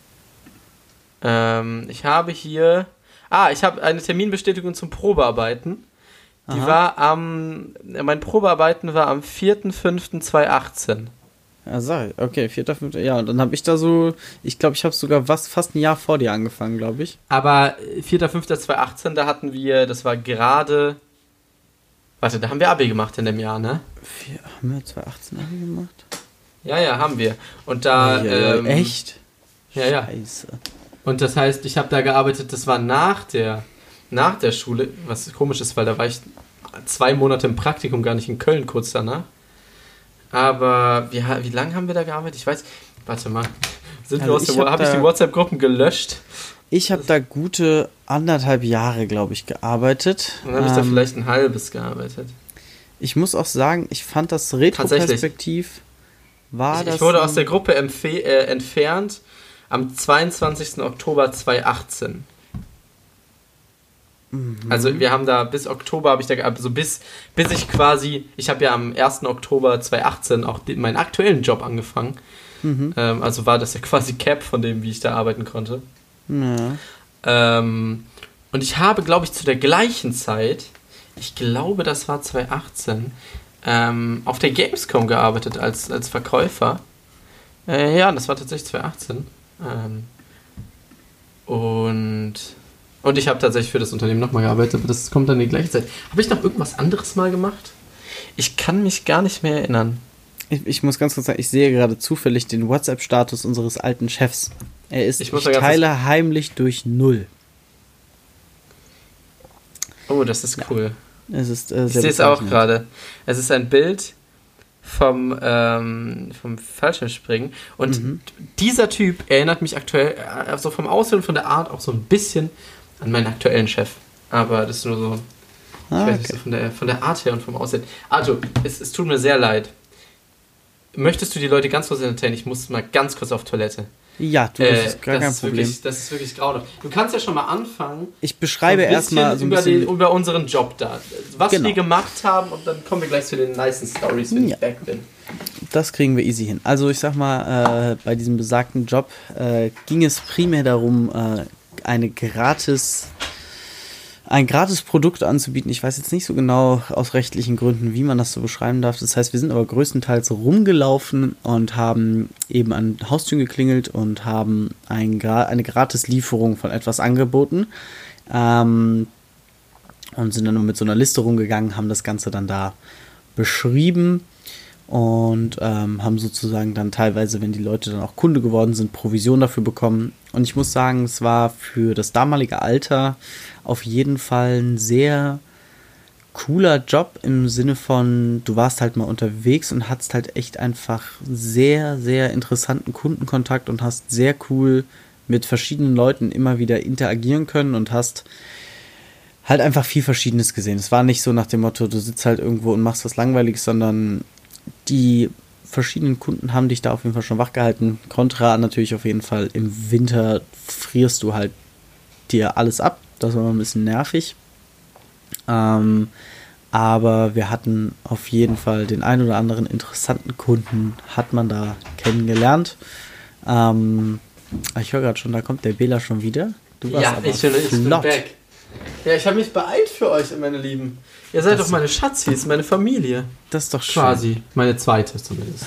[SPEAKER 1] Ähm, ich habe hier... Ah, ich habe eine Terminbestätigung zum Probearbeiten. Die
[SPEAKER 2] Aha.
[SPEAKER 1] war am... Mein Probearbeiten war am vierter fünfter zweitausendachtzehn.
[SPEAKER 2] Ja, sag ich. Okay, vierter fünfter Ja, und dann habe ich da so... Ich glaube, ich habe sogar was, fast ein Jahr vor dir angefangen, glaube ich.
[SPEAKER 1] Aber vierter fünfter zweitausendachtzehn, da hatten wir... Das war gerade... Warte, da haben wir Abi gemacht in dem Jahr, ne?
[SPEAKER 2] Wir, haben wir zweitausendachtzehn Abi gemacht?
[SPEAKER 1] Ja, ja, haben wir. Und da...
[SPEAKER 2] Ja, ja,
[SPEAKER 1] ähm,
[SPEAKER 2] echt?
[SPEAKER 1] Ja, ja.
[SPEAKER 2] Scheiße.
[SPEAKER 1] Und das heißt, ich habe da gearbeitet, das war nach der, nach der Schule, was komisch ist, weil da war ich zwei Monate im Praktikum, gar nicht in Köln, kurz danach. Aber wie, wie lange haben wir da gearbeitet? Ich weiß, warte mal, sind
[SPEAKER 2] Also
[SPEAKER 1] wir aus
[SPEAKER 2] ich
[SPEAKER 1] der,
[SPEAKER 2] hab
[SPEAKER 1] habe ich die WhatsApp-Gruppen gelöscht?
[SPEAKER 2] Ich habe da gute anderthalb Jahre, glaube ich, gearbeitet.
[SPEAKER 1] Und dann habe ich da vielleicht ein halbes gearbeitet.
[SPEAKER 2] Ich muss auch sagen, ich fand das Retroperspektiv war
[SPEAKER 1] ich,
[SPEAKER 2] das...
[SPEAKER 1] Ich wurde aus der Gruppe empfe- äh, entfernt am zweiundzwanzigster Oktober zweitausendachtzehn.
[SPEAKER 2] Mhm.
[SPEAKER 1] Also wir haben da bis Oktober habe ich da gearbeitet, also bis, bis ich quasi, ich habe ja am ersten Oktober zweitausendachtzehn auch den, meinen aktuellen Job angefangen.
[SPEAKER 2] Mhm.
[SPEAKER 1] Ähm, also war das ja quasi Cap von dem, wie ich da arbeiten konnte.
[SPEAKER 2] Ja.
[SPEAKER 1] Ähm, und ich habe, glaube ich, zu der gleichen Zeit, ich glaube, das war zweitausendachtzehn, ähm, auf der Gamescom gearbeitet als, als Verkäufer. Äh, ja, das war tatsächlich zweitausendachtzehn. Ähm, und, und ich habe tatsächlich für das Unternehmen nochmal gearbeitet, aber das kommt dann in die gleiche Zeit. Habe ich noch irgendwas anderes mal gemacht? Ich kann mich gar nicht mehr erinnern.
[SPEAKER 2] Ich, ich muss ganz kurz sagen, ich sehe gerade zufällig den WhatsApp-Status unseres alten Chefs. Er ist,
[SPEAKER 1] ich,
[SPEAKER 2] ich teile heimlich durch null.
[SPEAKER 1] Oh, das ist cool.
[SPEAKER 2] Ja, es ist, äh,
[SPEAKER 1] ich sehe es auch gerade. Es ist ein Bild vom, ähm, vom Fallschirmspringen. Und mhm. dieser Typ erinnert mich aktuell, also vom Aussehen und von der Art auch so ein bisschen an meinen aktuellen Chef. Aber das ist nur so, ich
[SPEAKER 2] ah,
[SPEAKER 1] weiß
[SPEAKER 2] okay.
[SPEAKER 1] nicht, so von der, von der Art her und vom Aussehen. Also, es, es tut mir sehr leid. Möchtest du die Leute ganz kurz entertainen? Ich muss mal ganz kurz auf Toilette.
[SPEAKER 2] Ja, du, das
[SPEAKER 1] äh,
[SPEAKER 2] ist gar
[SPEAKER 1] das
[SPEAKER 2] kein
[SPEAKER 1] ist
[SPEAKER 2] Problem.
[SPEAKER 1] Wirklich, das ist wirklich grauenhaft. Du kannst ja schon mal anfangen.
[SPEAKER 2] Ich beschreibe
[SPEAKER 1] so
[SPEAKER 2] erstmal so ein
[SPEAKER 1] über,
[SPEAKER 2] bisschen
[SPEAKER 1] den, über unseren Job da. Was
[SPEAKER 2] genau.
[SPEAKER 1] wir gemacht haben und dann kommen wir gleich zu den nicen Stories, wenn
[SPEAKER 2] ja.
[SPEAKER 1] ich back bin.
[SPEAKER 2] Das kriegen wir easy hin. Also ich sag mal, äh, bei diesem besagten Job äh, ging es primär darum, äh, eine gratis... ein gratis Produkt anzubieten. Ich weiß jetzt nicht so genau aus rechtlichen Gründen, wie man das so beschreiben darf. Das heißt, wir sind aber größtenteils rumgelaufen und haben eben an Haustüren geklingelt und haben ein, eine gratis Lieferung von etwas angeboten. Ähm, und sind dann mit so einer Liste rumgegangen, haben das Ganze dann da beschrieben und ähm, haben sozusagen dann teilweise, wenn die Leute dann auch Kunde geworden sind, Provision dafür bekommen. Und ich muss sagen, es war für das damalige Alter auf jeden Fall ein sehr cooler Job im Sinne von, du warst halt mal unterwegs und hattest halt echt einfach sehr, sehr interessanten Kundenkontakt und hast sehr cool mit verschiedenen Leuten immer wieder interagieren können und hast halt einfach viel Verschiedenes gesehen. Es war nicht so nach dem Motto, du sitzt halt irgendwo und machst was Langweiliges, sondern die verschiedenen Kunden haben dich da auf jeden Fall schon wach gehalten. Contra natürlich auf jeden Fall, im Winter frierst du halt dir alles ab. Das war ein bisschen nervig. Ähm, aber wir hatten auf jeden Fall den ein oder anderen interessanten Kunden, hat man da kennengelernt. Ähm, ich höre gerade schon, da kommt der Bela schon wieder. Du warst
[SPEAKER 1] ja,
[SPEAKER 2] aber
[SPEAKER 1] ich bin, ich bin
[SPEAKER 2] flott.
[SPEAKER 1] back. Ja, ich habe mich beeilt für euch, meine Lieben. Ihr seid
[SPEAKER 2] Das
[SPEAKER 1] doch meine Schatzis, meine Familie.
[SPEAKER 2] Das ist doch schön.
[SPEAKER 1] Quasi, meine zweite zumindest.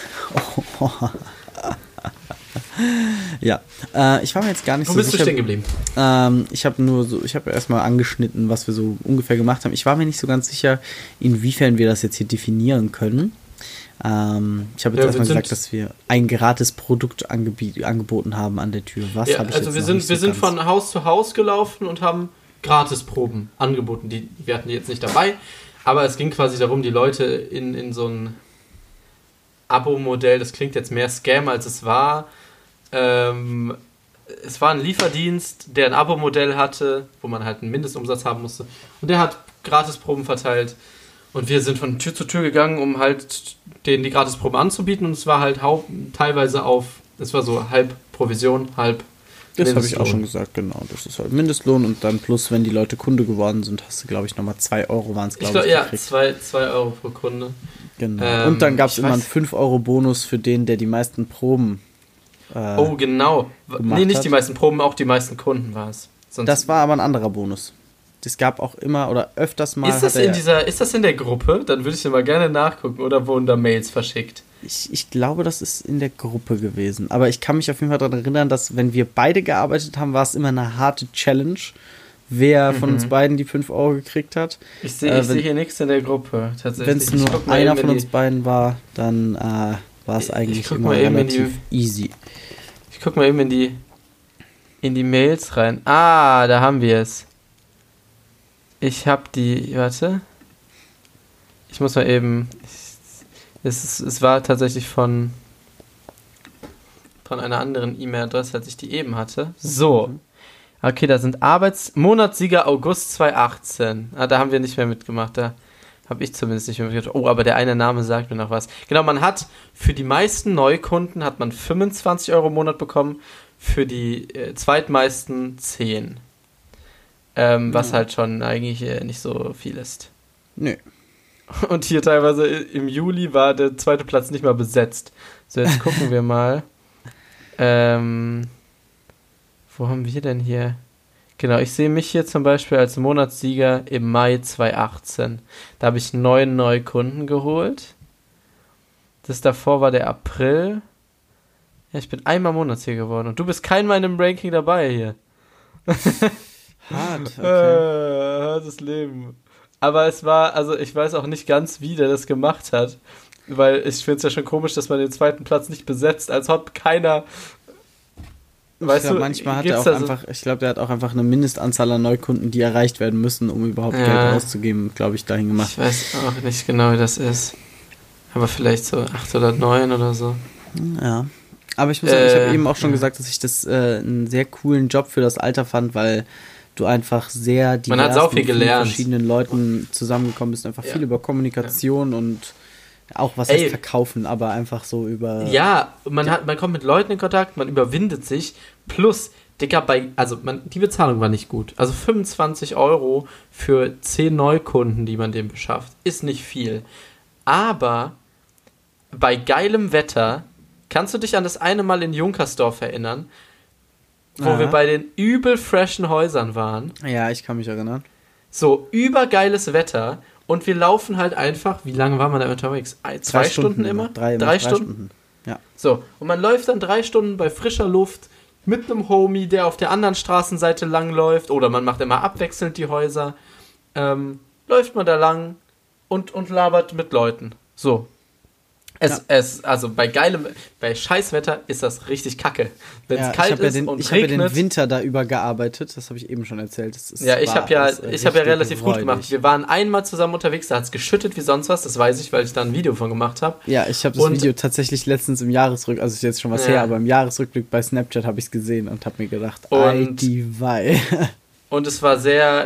[SPEAKER 2] Ja, äh, ich war mir jetzt gar nicht
[SPEAKER 1] Wo
[SPEAKER 2] so
[SPEAKER 1] bist
[SPEAKER 2] sicher.
[SPEAKER 1] du stehen geblieben?
[SPEAKER 2] Ähm, ich habe nur so, ich habe erstmal angeschnitten, was wir so ungefähr gemacht haben. Ich war mir nicht so ganz sicher, inwiefern wir das jetzt hier definieren können. Ähm, ich habe jetzt
[SPEAKER 1] Ja,
[SPEAKER 2] erstmal
[SPEAKER 1] wir
[SPEAKER 2] gesagt, dass wir ein gratis Produkt angeb- angeboten haben an der Tür. Was
[SPEAKER 1] Ja,
[SPEAKER 2] habe ich
[SPEAKER 1] also
[SPEAKER 2] jetzt
[SPEAKER 1] wir
[SPEAKER 2] noch
[SPEAKER 1] sind,
[SPEAKER 2] nicht
[SPEAKER 1] wir
[SPEAKER 2] so
[SPEAKER 1] sind
[SPEAKER 2] ganz-
[SPEAKER 1] von Haus zu Haus gelaufen und haben Gratisproben angeboten. Die, wir hatten die jetzt nicht dabei, aber es ging quasi darum, die Leute in, in so ein Abo-Modell, das klingt jetzt mehr Scam, als es war. Ähm, es war ein Lieferdienst, der ein Abo-Modell hatte, wo man halt einen Mindestumsatz haben musste. Und der hat Gratisproben verteilt. Und wir sind von Tür zu Tür gegangen, um halt denen die Gratisproben anzubieten. Und es war halt haupt, teilweise auf, es war so halb Provision, halb
[SPEAKER 2] Das habe ich
[SPEAKER 1] Mindestlohn.
[SPEAKER 2] auch schon gesagt, genau. Das ist halt Mindestlohn und dann plus, wenn die Leute Kunde geworden sind, hast du, glaube ich, nochmal zwei Euro waren es,
[SPEAKER 1] Ich
[SPEAKER 2] glaube
[SPEAKER 1] glaube,
[SPEAKER 2] ich,
[SPEAKER 1] ja,
[SPEAKER 2] gekriegt.
[SPEAKER 1] zwei Euro pro Kunde.
[SPEAKER 2] Genau.
[SPEAKER 1] Ähm,
[SPEAKER 2] und dann gab es
[SPEAKER 1] ich
[SPEAKER 2] immer einen
[SPEAKER 1] weiß-
[SPEAKER 2] fünf Euro Bonus für den, der die meisten Proben äh,
[SPEAKER 1] Oh, genau.
[SPEAKER 2] gemacht
[SPEAKER 1] Nee, nicht
[SPEAKER 2] hat.
[SPEAKER 1] die meisten Proben, auch die meisten Kunden war es. Sonst
[SPEAKER 2] Das war aber ein anderer Bonus. Es gab auch immer oder öfters mal.
[SPEAKER 1] ist, das
[SPEAKER 2] hat er,
[SPEAKER 1] in dieser, ist das in der Gruppe? Dann würde ich dir mal gerne nachgucken. Oder wurden da Mails verschickt?
[SPEAKER 2] ich, ich glaube, das ist in der Gruppe gewesen. Aber ich kann mich auf jeden Fall daran erinnern, dass, wenn wir beide gearbeitet haben, war es immer eine harte Challenge, wer von
[SPEAKER 1] Mhm.
[SPEAKER 2] uns beiden die fünf Euro gekriegt hat.
[SPEAKER 1] Ich sehe
[SPEAKER 2] Äh,
[SPEAKER 1] ich
[SPEAKER 2] wenn-
[SPEAKER 1] seh hier nichts in der Gruppe. Tatsächlich.
[SPEAKER 2] Wenn es
[SPEAKER 1] Ich
[SPEAKER 2] nur
[SPEAKER 1] guck mal
[SPEAKER 2] einer
[SPEAKER 1] eben
[SPEAKER 2] von
[SPEAKER 1] in
[SPEAKER 2] uns
[SPEAKER 1] die-
[SPEAKER 2] beiden war, dann äh, war es
[SPEAKER 1] Ich
[SPEAKER 2] eigentlich
[SPEAKER 1] guck
[SPEAKER 2] immer
[SPEAKER 1] mal eben in die-
[SPEAKER 2] relativ easy.
[SPEAKER 1] Ich guck mal eben in die, in die Mails rein. Ah, da haben wir es. Ich hab die. Warte. Ich muss mal eben. Es, ist, es war tatsächlich von. Von einer anderen E-Mail-Adresse, als ich die eben hatte. So. Okay, da sind Arbeits... Monatssieger August zweitausendachtzehn. Ah, da haben wir nicht mehr mitgemacht. Da habe ich zumindest nicht mehr mitgemacht. Oh, aber der eine Name sagt mir noch was. Genau, man hat für die meisten Neukunden hat man fünfundzwanzig Euro im Monat bekommen. Für die äh, zweitmeisten zehn. Ähm, was
[SPEAKER 2] Ja.
[SPEAKER 1] halt schon eigentlich äh, nicht so viel ist.
[SPEAKER 2] Nö.
[SPEAKER 1] Und hier teilweise im Juli war der zweite Platz nicht mal besetzt. So, jetzt gucken wir mal. Ähm, wo haben wir denn hier? Genau, ich sehe mich hier zum Beispiel als Monatssieger im Mai zweitausendachtzehn. Da habe ich neun neue Kunden geholt. Das davor war der April. Ja, ich bin einmal Monatssieger geworden. Und du bist keinmal in dem Ranking dabei hier.
[SPEAKER 2] Hart, okay.
[SPEAKER 1] Äh, hartes Leben. Aber es war, also ich weiß auch nicht ganz, wie der das gemacht hat. Weil ich finde es ja schon komisch, dass man den zweiten Platz nicht besetzt, als ob keiner. Weißt
[SPEAKER 2] ich glaub,
[SPEAKER 1] du,
[SPEAKER 2] manchmal hat er
[SPEAKER 1] gibt's
[SPEAKER 2] auch
[SPEAKER 1] da so-
[SPEAKER 2] einfach, ich glaube, der hat auch einfach eine Mindestanzahl an Neukunden, die erreicht werden müssen, um überhaupt
[SPEAKER 1] Ja.
[SPEAKER 2] Geld auszugeben, glaube ich, dahin gemacht.
[SPEAKER 1] Ich weiß auch nicht genau, wie das ist. Aber vielleicht so acht oder neun oder so.
[SPEAKER 2] Ja. Aber ich muss sagen, ich
[SPEAKER 1] Äh,
[SPEAKER 2] habe eben auch schon
[SPEAKER 1] ja.
[SPEAKER 2] gesagt, dass ich das äh, einen sehr coolen Job für das Alter fand, weil du einfach sehr
[SPEAKER 1] Man hat
[SPEAKER 2] divers
[SPEAKER 1] sau viel
[SPEAKER 2] mit vielen
[SPEAKER 1] gelernt.
[SPEAKER 2] verschiedenen Leuten zusammengekommen bist, einfach
[SPEAKER 1] Ja.
[SPEAKER 2] viel über Kommunikation und auch was
[SPEAKER 1] Ey.
[SPEAKER 2] heißt verkaufen, aber einfach so über
[SPEAKER 1] Ja, man hat, man kommt mit Leuten in Kontakt, man überwindet sich. Plus, Digga, bei, also man, die Bezahlung war nicht gut. Also fünfundzwanzig Euro für zehn Neukunden, die man dem beschafft, ist nicht viel. Aber bei geilem Wetter, kannst du dich an das eine Mal in Junkersdorf erinnern, wo
[SPEAKER 2] Ja.
[SPEAKER 1] wir bei den übel freshen Häusern waren?
[SPEAKER 2] Ja, ich kann mich erinnern.
[SPEAKER 1] So, übergeiles Wetter und wir laufen halt einfach, wie lange war man da unterwegs? Ein, zwei
[SPEAKER 2] Drei
[SPEAKER 1] Stunden, immer?
[SPEAKER 2] Drei,
[SPEAKER 1] drei
[SPEAKER 2] drei
[SPEAKER 1] Stunden?
[SPEAKER 2] Stunden. Ja.
[SPEAKER 1] So, und man läuft dann drei Stunden bei frischer Luft mit einem Homie, der auf der anderen Straßenseite langläuft, oder man macht immer abwechselnd die Häuser, ähm, läuft man da lang und, und labert mit Leuten. So. Es,
[SPEAKER 2] Ja.
[SPEAKER 1] es, also bei geilem, bei Scheißwetter ist das richtig kacke. Wenn es
[SPEAKER 2] Ja,
[SPEAKER 1] kalt
[SPEAKER 2] ich habe ja
[SPEAKER 1] ist
[SPEAKER 2] den,
[SPEAKER 1] und
[SPEAKER 2] ich hab ja
[SPEAKER 1] regnet.
[SPEAKER 2] den Winter da über gearbeitet, das habe ich eben schon erzählt. Das ist,
[SPEAKER 1] Ja, ich
[SPEAKER 2] war
[SPEAKER 1] habe ja,
[SPEAKER 2] alles, äh,
[SPEAKER 1] ich habe ja
[SPEAKER 2] richtig
[SPEAKER 1] relativ gut
[SPEAKER 2] räudig.
[SPEAKER 1] gemacht. Wir waren einmal zusammen unterwegs, da hat es geschüttet wie sonst was, das weiß ich, weil ich da ein Video von gemacht habe.
[SPEAKER 2] Ja, ich habe das
[SPEAKER 1] Und-
[SPEAKER 2] Video tatsächlich letztens im Jahresrückblick, also ist jetzt schon was
[SPEAKER 1] Ja.
[SPEAKER 2] her, aber im Jahresrückblick bei Snapchat habe ich es gesehen und habe mir gedacht,
[SPEAKER 1] Und-
[SPEAKER 2] ei, die Wei.
[SPEAKER 1] Und es war sehr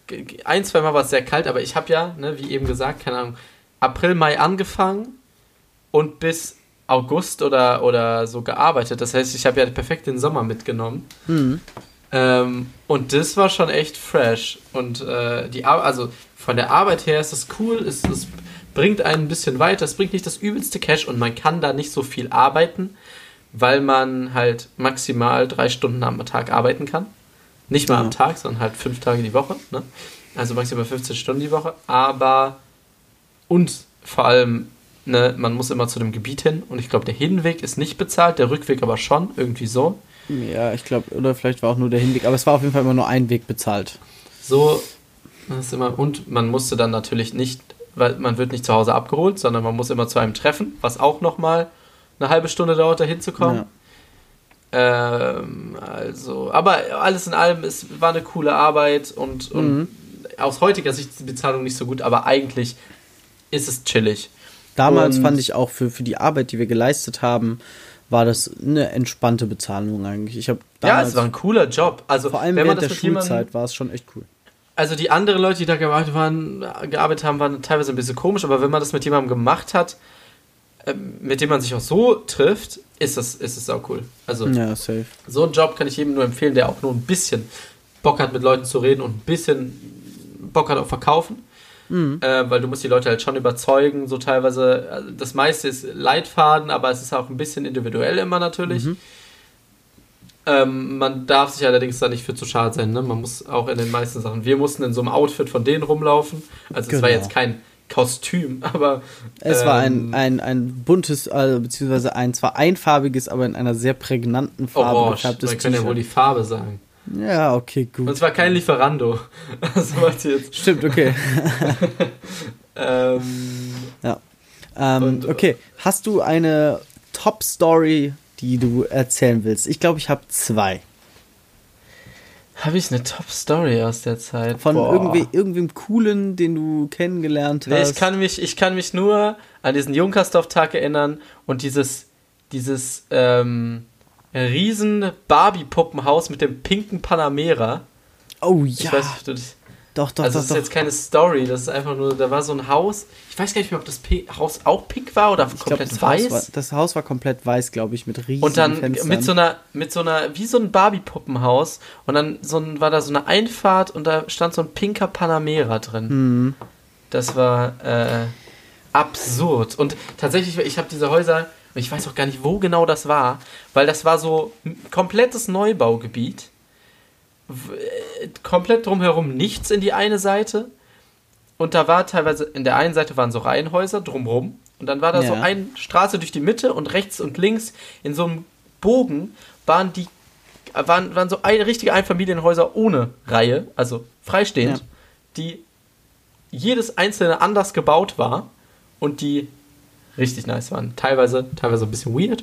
[SPEAKER 1] ein, zwei Mal war es sehr kalt, aber ich habe ja, ne, wie eben gesagt, keine Ahnung, April, Mai angefangen und bis August oder, oder so gearbeitet. Das heißt, ich habe ja perfekt den Sommer mitgenommen.
[SPEAKER 2] Mhm.
[SPEAKER 1] Ähm, und das war schon echt fresh. Und äh, die Ar- also von der Arbeit her ist das cool, es, es bringt einen ein bisschen weiter, es bringt nicht das übelste Cash und man kann da nicht so viel arbeiten, weil man halt maximal drei Stunden am Tag arbeiten kann. Nicht mal ja. am Tag, sondern halt fünf Tage die Woche. Ne? Also maximal fünfzehn Stunden die Woche. Aber und vor allem, ne, man muss immer zu dem Gebiet hin. Und ich glaube, der Hinweg ist nicht bezahlt, der Rückweg aber schon, irgendwie so.
[SPEAKER 2] Ja, ich glaube, oder vielleicht war auch nur der Hinweg. Aber es war auf jeden Fall immer nur ein Weg bezahlt.
[SPEAKER 1] So, das ist immer, und man musste dann natürlich nicht, weil man wird nicht zu Hause abgeholt, sondern man muss immer zu einem Treffen, was auch nochmal eine halbe Stunde dauert, da hinzukommen. Ja. Ähm, also, aber alles in allem, es war eine coole Arbeit und, und mhm. aus heutiger Sicht ist die Bezahlung nicht so gut, aber eigentlich ist es chillig.
[SPEAKER 2] Damals und fand ich auch für, für die Arbeit, die wir geleistet haben, war das eine entspannte Bezahlung eigentlich. Ich hab
[SPEAKER 1] ja, es war ein cooler Job. Also,
[SPEAKER 2] vor allem
[SPEAKER 1] wenn man
[SPEAKER 2] während
[SPEAKER 1] das
[SPEAKER 2] der Schulzeit jemanden, war es schon echt cool.
[SPEAKER 1] Also die anderen Leute, die da gearbeitet, waren, gearbeitet haben, waren teilweise ein bisschen komisch, aber wenn man das mit jemandem gemacht hat, mit dem man sich auch so trifft, ist das, ist das auch cool. Also
[SPEAKER 2] ja, safe.
[SPEAKER 1] So einen Job kann ich jedem nur empfehlen, der auch nur ein bisschen Bock hat, mit Leuten zu reden und ein bisschen Bock hat auf Verkaufen. Mhm. Äh, weil du musst die Leute halt schon überzeugen, so teilweise, also das meiste ist Leitfaden, aber es ist auch ein bisschen individuell immer natürlich. Mhm. Ähm, man darf sich allerdings da nicht für zu schade sein, ne? Man muss auch in den meisten Sachen, wir mussten in so einem Outfit von denen rumlaufen, also genau. Es war jetzt kein Kostüm, aber
[SPEAKER 2] es ähm, war ein, ein, ein buntes, also beziehungsweise ein zwar einfarbiges, aber in einer sehr prägnanten Farbe.
[SPEAKER 1] Orange, man kann T-Shirt. Ja wohl die Farbe sagen.
[SPEAKER 2] Ja, okay, gut.
[SPEAKER 1] Und es war kein Lieferando. Also jetzt.
[SPEAKER 2] Stimmt, okay.
[SPEAKER 1] ähm,
[SPEAKER 2] ja. Ähm, und, okay, hast du eine Top-Story, die du erzählen willst? Ich glaube, ich habe zwei.
[SPEAKER 1] Habe ich eine Top-Story aus der Zeit?
[SPEAKER 2] Von irgendwie, irgendwem Coolen, den du kennengelernt hast?
[SPEAKER 1] Nee, ich kann mich, ich kann mich nur an diesen Junkersdorf-Tag erinnern und dieses, dieses ähm, riesen Barbie-Puppenhaus mit dem pinken Panamera.
[SPEAKER 2] Oh ja.
[SPEAKER 1] Ich weiß nicht, ob du das...
[SPEAKER 2] Doch, doch,
[SPEAKER 1] also
[SPEAKER 2] doch.
[SPEAKER 1] das ist
[SPEAKER 2] doch.
[SPEAKER 1] jetzt keine Story, das ist einfach nur, da war so ein Haus, ich weiß gar nicht mehr, ob das P- Haus auch pink war oder ich komplett
[SPEAKER 2] glaub, das
[SPEAKER 1] weiß.
[SPEAKER 2] Haus war, das Haus war komplett weiß, glaube ich, mit riesigen
[SPEAKER 1] Und dann
[SPEAKER 2] Fenstern.
[SPEAKER 1] mit so einer, mit so einer, wie so ein Barbie-Puppenhaus und dann so ein, war da so eine Einfahrt und da stand so ein pinker Panamera drin.
[SPEAKER 2] Mhm.
[SPEAKER 1] Das war äh, absurd. Und tatsächlich, ich habe diese Häuser, ich weiß auch gar nicht, wo genau das war, weil das war so ein komplettes Neubaugebiet. Komplett drumherum nichts in die eine Seite und da war teilweise, in der einen Seite waren so Reihenhäuser drumherum und dann war da ja. so eine Straße durch die Mitte und rechts und links in so einem Bogen waren die waren, waren so ein, richtige Einfamilienhäuser ohne Reihe, also freistehend, ja. die jedes einzelne anders gebaut war und die richtig nice waren. Teilweise, teilweise ein bisschen weird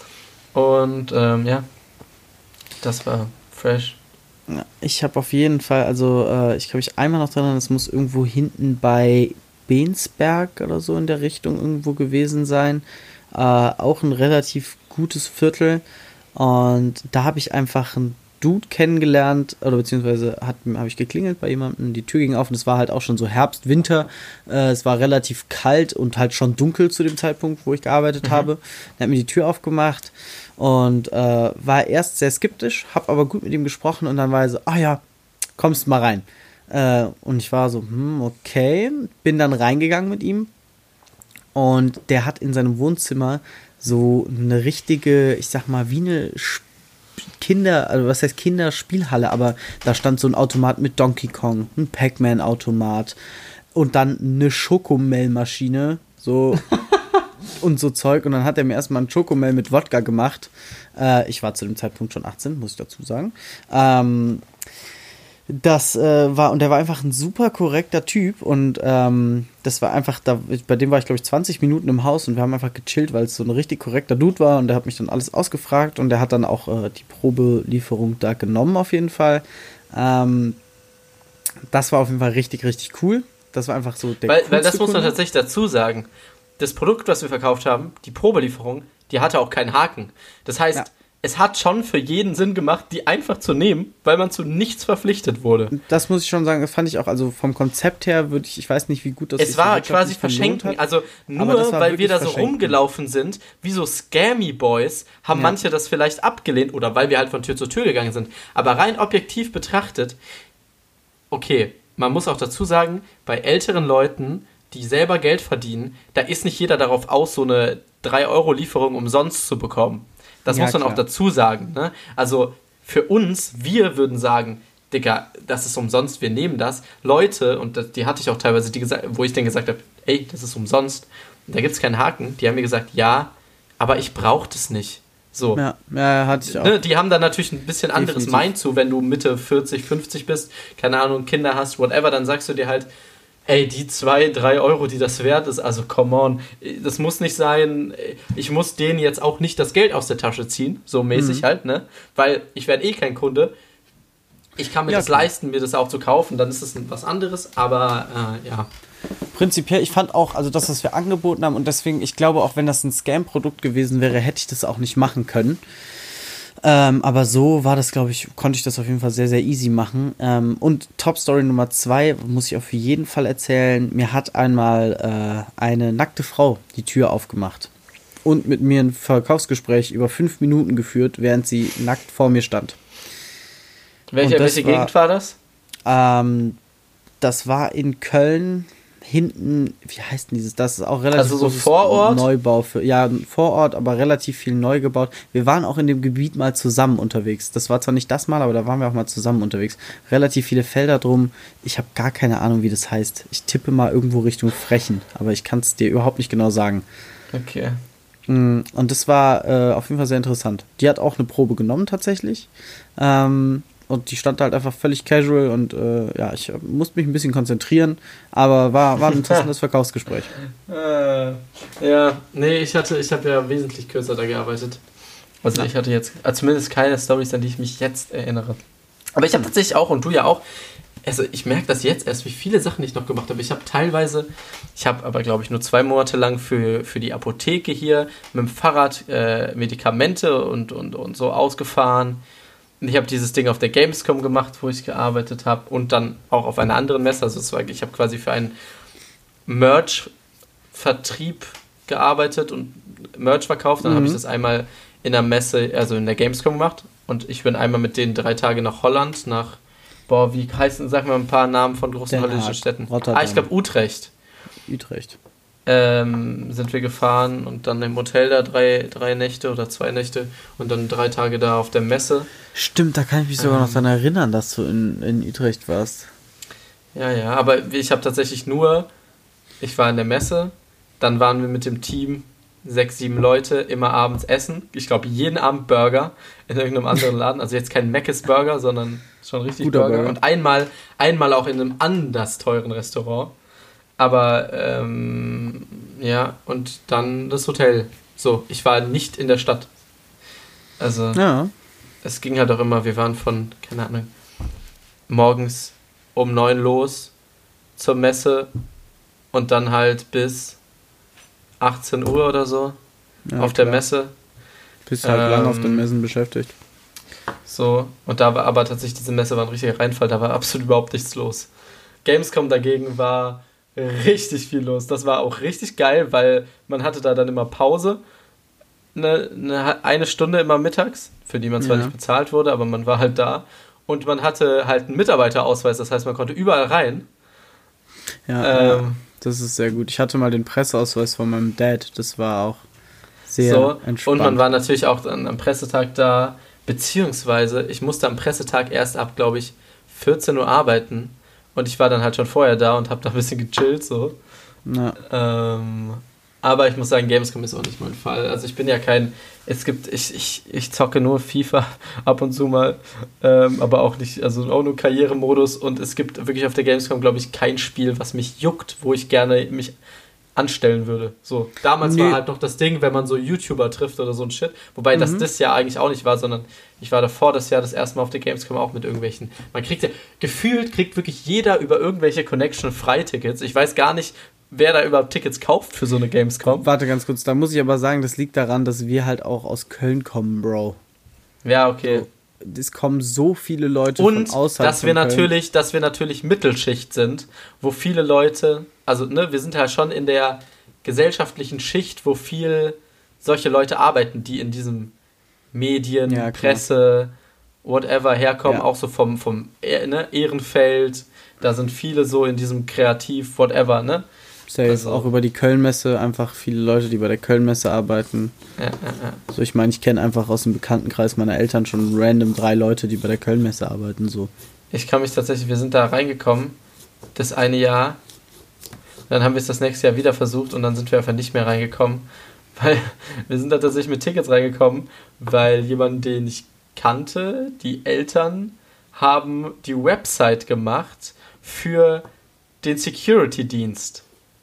[SPEAKER 1] und ähm, ja, das war fresh.
[SPEAKER 2] Ich habe auf jeden Fall, also äh, ich kann mich einmal noch dran, es muss irgendwo hinten bei Bensberg oder so in der Richtung irgendwo gewesen sein. Äh, auch ein relativ gutes Viertel. Und da habe ich einfach einen Dude kennengelernt, oder beziehungsweise habe ich geklingelt bei jemandem, die Tür ging auf und es war halt auch schon so Herbst, Winter. Äh, es war relativ kalt und halt schon dunkel zu dem Zeitpunkt, wo ich gearbeitet mhm. habe. Er hat mir die Tür aufgemacht. Und äh, war erst sehr skeptisch, hab aber gut mit ihm gesprochen und dann war er so, ah ja, kommst mal rein. Äh, und ich war so, hm, okay, bin dann reingegangen mit ihm und der hat in seinem Wohnzimmer so eine richtige, ich sag mal, wie eine Sp- Kinder, also was heißt Kinderspielhalle, aber da stand so ein Automat mit Donkey Kong, ein Pac-Man-Automat und dann eine Schokomel-Maschine, so... und so Zeug. Und dann hat er mir erstmal einen Schokomel mit Wodka gemacht. Äh, ich war zu dem Zeitpunkt schon achtzehn, muss ich dazu sagen. Ähm, das äh, war, und der war einfach ein super korrekter Typ. Und ähm, das war einfach, da, bei dem war ich, glaube ich, zwanzig Minuten im Haus und wir haben einfach gechillt, weil es so ein richtig korrekter Dude war. Und der hat mich dann alles ausgefragt und der hat dann auch äh, die Probelieferung da genommen, auf jeden Fall. Ähm, das war auf jeden Fall richtig, richtig cool. Das war einfach so der
[SPEAKER 1] Weil, weil das muss man tatsächlich dazu sagen. Das Produkt, was wir verkauft haben, die Probelieferung, die hatte auch keinen Haken. Das heißt, ja. es hat schon für jeden Sinn gemacht, die einfach zu nehmen, weil man zu nichts verpflichtet wurde.
[SPEAKER 2] Das muss ich schon sagen, das fand ich auch, also vom Konzept her würde ich, ich weiß nicht, wie gut das
[SPEAKER 1] es war quasi verschenken, also nur weil wir da so rumgelaufen sind, wie so Scammy Boys, haben ja. manche das vielleicht abgelehnt oder weil wir halt von Tür zu Tür gegangen sind. Aber rein objektiv betrachtet, okay, man muss auch dazu sagen, bei älteren Leuten, die selber Geld verdienen, da ist nicht jeder darauf aus, so eine drei Euro Lieferung umsonst zu bekommen. Das ja, muss man klar. auch dazu sagen. Ne? Also für uns, wir würden sagen, Digga, das ist umsonst, wir nehmen das. Leute, und das, die hatte ich auch teilweise, die gesa- wo ich denen gesagt habe, ey, das ist umsonst, und da gibt es keinen Haken, die haben mir gesagt, ja, aber ich brauche das nicht. So.
[SPEAKER 2] Ja, ja, hatte ich auch.
[SPEAKER 1] Ne, die haben dann natürlich ein bisschen anderes
[SPEAKER 2] Definitiv.
[SPEAKER 1] Mind zu, wenn du Mitte vierzig, fünfzig bist, keine Ahnung, Kinder hast, whatever, dann sagst du dir halt, ey, die zwei, drei Euro, die das wert ist, also come on, das muss nicht sein, ich muss denen jetzt auch nicht das Geld aus der Tasche ziehen, so mäßig mhm. halt, ne, weil ich werde eh kein Kunde, ich kann mir ja, das klar. leisten, mir das auch zu kaufen, dann ist es was anderes, aber äh, ja.
[SPEAKER 2] Prinzipiell, ich fand auch, also das, was wir angeboten haben und deswegen, ich glaube, auch wenn das ein Scam-Produkt gewesen wäre, hätte ich das auch nicht machen können. Ähm, aber so war das, glaube ich, konnte ich das auf jeden Fall sehr, sehr easy machen. Ähm, und Top-Story Nummer zwei, muss ich auf jeden Fall erzählen, mir hat einmal äh, eine nackte Frau die Tür aufgemacht und mit mir ein Verkaufsgespräch über fünf Minuten geführt, während sie nackt vor mir stand.
[SPEAKER 1] Welche, welche war, Gegend war das?
[SPEAKER 2] Ähm, das war in Köln, hinten, wie heißt denn dieses, das ist auch relativ
[SPEAKER 1] also so Vorort?
[SPEAKER 2] Neubau für, ja, Vorort, aber relativ viel neu gebaut. Wir waren auch in dem Gebiet mal zusammen unterwegs. Das war zwar nicht das Mal, aber da waren wir auch mal zusammen unterwegs. Relativ viele Felder drum. Ich habe gar keine Ahnung, wie das heißt. Ich tippe mal irgendwo Richtung Frechen, aber ich kann es dir überhaupt nicht genau sagen.
[SPEAKER 1] Okay.
[SPEAKER 2] Und das war äh, auf jeden Fall sehr interessant. Die hat auch eine Probe genommen tatsächlich. Ähm, Und die stand halt einfach völlig casual und äh, ja, ich musste mich ein bisschen konzentrieren, aber war, war ein interessantes Verkaufsgespräch.
[SPEAKER 1] Äh, ja, nee, ich hatte, ich habe ja wesentlich kürzer da gearbeitet. Also ja. ich hatte jetzt also zumindest keine Storys, an die ich mich jetzt erinnere. Aber ich habe tatsächlich auch, und du ja auch, also ich merke das jetzt erst, wie viele Sachen ich noch gemacht habe. Ich habe teilweise, ich habe aber glaube ich nur zwei Monate lang für, für die Apotheke hier mit dem Fahrrad äh, Medikamente und, und, und so ausgefahren. Ich habe dieses Ding auf der Gamescom gemacht, wo ich gearbeitet habe und dann auch auf einer anderen Messe. Also es war, ich habe quasi für einen Merch-Vertrieb gearbeitet und Merch verkauft. Dann mhm. habe ich das einmal in der Messe, also in der Gamescom gemacht und ich bin einmal mit denen drei Tage nach Holland, nach, boah, wie heißen, sag mal ein paar Namen von großen Den holländischen Haag, Städten. Rotterdam. Ah, ich glaube Utrecht.
[SPEAKER 2] Utrecht.
[SPEAKER 1] Ähm, sind wir gefahren und dann im Hotel da drei, drei Nächte oder zwei Nächte und dann drei Tage da auf der Messe.
[SPEAKER 2] Stimmt, da kann ich mich sogar ähm, noch daran erinnern, dass du in, in Utrecht warst.
[SPEAKER 1] Ja, ja, aber ich habe tatsächlich nur, ich war in der Messe, dann waren wir mit dem Team sechs, sieben Leute immer abends essen. Ich glaube, jeden Abend Burger in irgendeinem anderen Laden. Also jetzt kein Mc's Burger, sondern schon richtig Guter Burger. Burger. Und einmal, einmal auch in einem anders teuren Restaurant. Aber, ähm, ja, und dann das Hotel. So, ich war nicht in der Stadt. Also, ja. Es ging halt auch immer, wir waren von, keine Ahnung, morgens um neun los zur Messe und dann halt bis achtzehn Uhr oder so ja, auf klar. der Messe.
[SPEAKER 2] Bist halt ähm, lange auf den Messen beschäftigt.
[SPEAKER 1] So, und da war aber tatsächlich, diese Messe war ein richtiger Reinfall, da war absolut überhaupt nichts los. Gamescom dagegen war richtig viel los. Das war auch richtig geil, weil man hatte da dann immer Pause, eine, eine, eine Stunde immer mittags, für die man zwar ja. nicht bezahlt wurde, aber man war halt da. Und man hatte halt einen Mitarbeiterausweis, das heißt, man konnte überall rein.
[SPEAKER 2] Ja, ähm, das ist sehr gut. Ich hatte mal den Presseausweis von meinem Dad, das war auch sehr so, entspannt.
[SPEAKER 1] Und man war natürlich auch dann am Pressetag da, beziehungsweise ich musste am Pressetag erst ab, glaube ich, vierzehn Uhr arbeiten. Und ich war dann halt schon vorher da und habe da ein bisschen gechillt, so. Ja. Ähm, aber ich muss sagen, Gamescom ist auch nicht mein Fall. Also ich bin ja kein, es gibt, ich, ich, ich zocke nur FIFA ab und zu mal, ähm, aber auch nicht, also auch nur Karrieremodus. Und es gibt wirklich auf der Gamescom, glaube ich, kein Spiel, was mich juckt, wo ich gerne mich anstellen würde. So, damals nee. war halt noch das Ding, wenn man so YouTuber trifft oder so ein Shit. Wobei mhm. das das Jahr eigentlich auch nicht war, sondern ich war davor das Jahr das erste Mal auf der Gamescom auch mit irgendwelchen. Man kriegt ja, gefühlt kriegt wirklich jeder über irgendwelche Connection Freitickets. Ich weiß gar nicht, wer da überhaupt Tickets kauft für so eine Gamescom.
[SPEAKER 2] Warte ganz kurz, da muss ich aber sagen, das liegt daran, dass wir halt auch aus Köln kommen, Bro.
[SPEAKER 1] Ja, okay.
[SPEAKER 2] So, es kommen so viele Leute
[SPEAKER 1] und
[SPEAKER 2] von außerhalb
[SPEAKER 1] dass wir
[SPEAKER 2] von Köln.
[SPEAKER 1] natürlich, dass wir natürlich Mittelschicht sind, wo viele Leute, also ne, wir sind halt schon in der gesellschaftlichen Schicht, wo viel solche Leute arbeiten, die in diesem Medien,
[SPEAKER 2] Ja, klar.
[SPEAKER 1] Presse, whatever herkommen,
[SPEAKER 2] Ja.
[SPEAKER 1] auch so vom, vom eh- ne, Ehrenfeld, da sind viele so in diesem Kreativ, whatever, ne?
[SPEAKER 2] Safe,
[SPEAKER 1] Also-
[SPEAKER 2] auch über die Kölnmesse, einfach viele Leute, die bei der Kölnmesse arbeiten.
[SPEAKER 1] Ja, ja, ja.
[SPEAKER 2] So, ich meine, ich kenne einfach aus dem Bekanntenkreis meiner Eltern schon random drei Leute, die bei der Kölnmesse arbeiten, so.
[SPEAKER 1] Ich kann mich tatsächlich, wir sind da reingekommen, das eine Jahr, dann haben wir es das nächste Jahr wieder versucht und dann sind wir einfach nicht mehr reingekommen, weil wir sind da tatsächlich mit Tickets reingekommen, weil jemand, den ich kannte, die Eltern haben die Website gemacht für den Security-Dienst.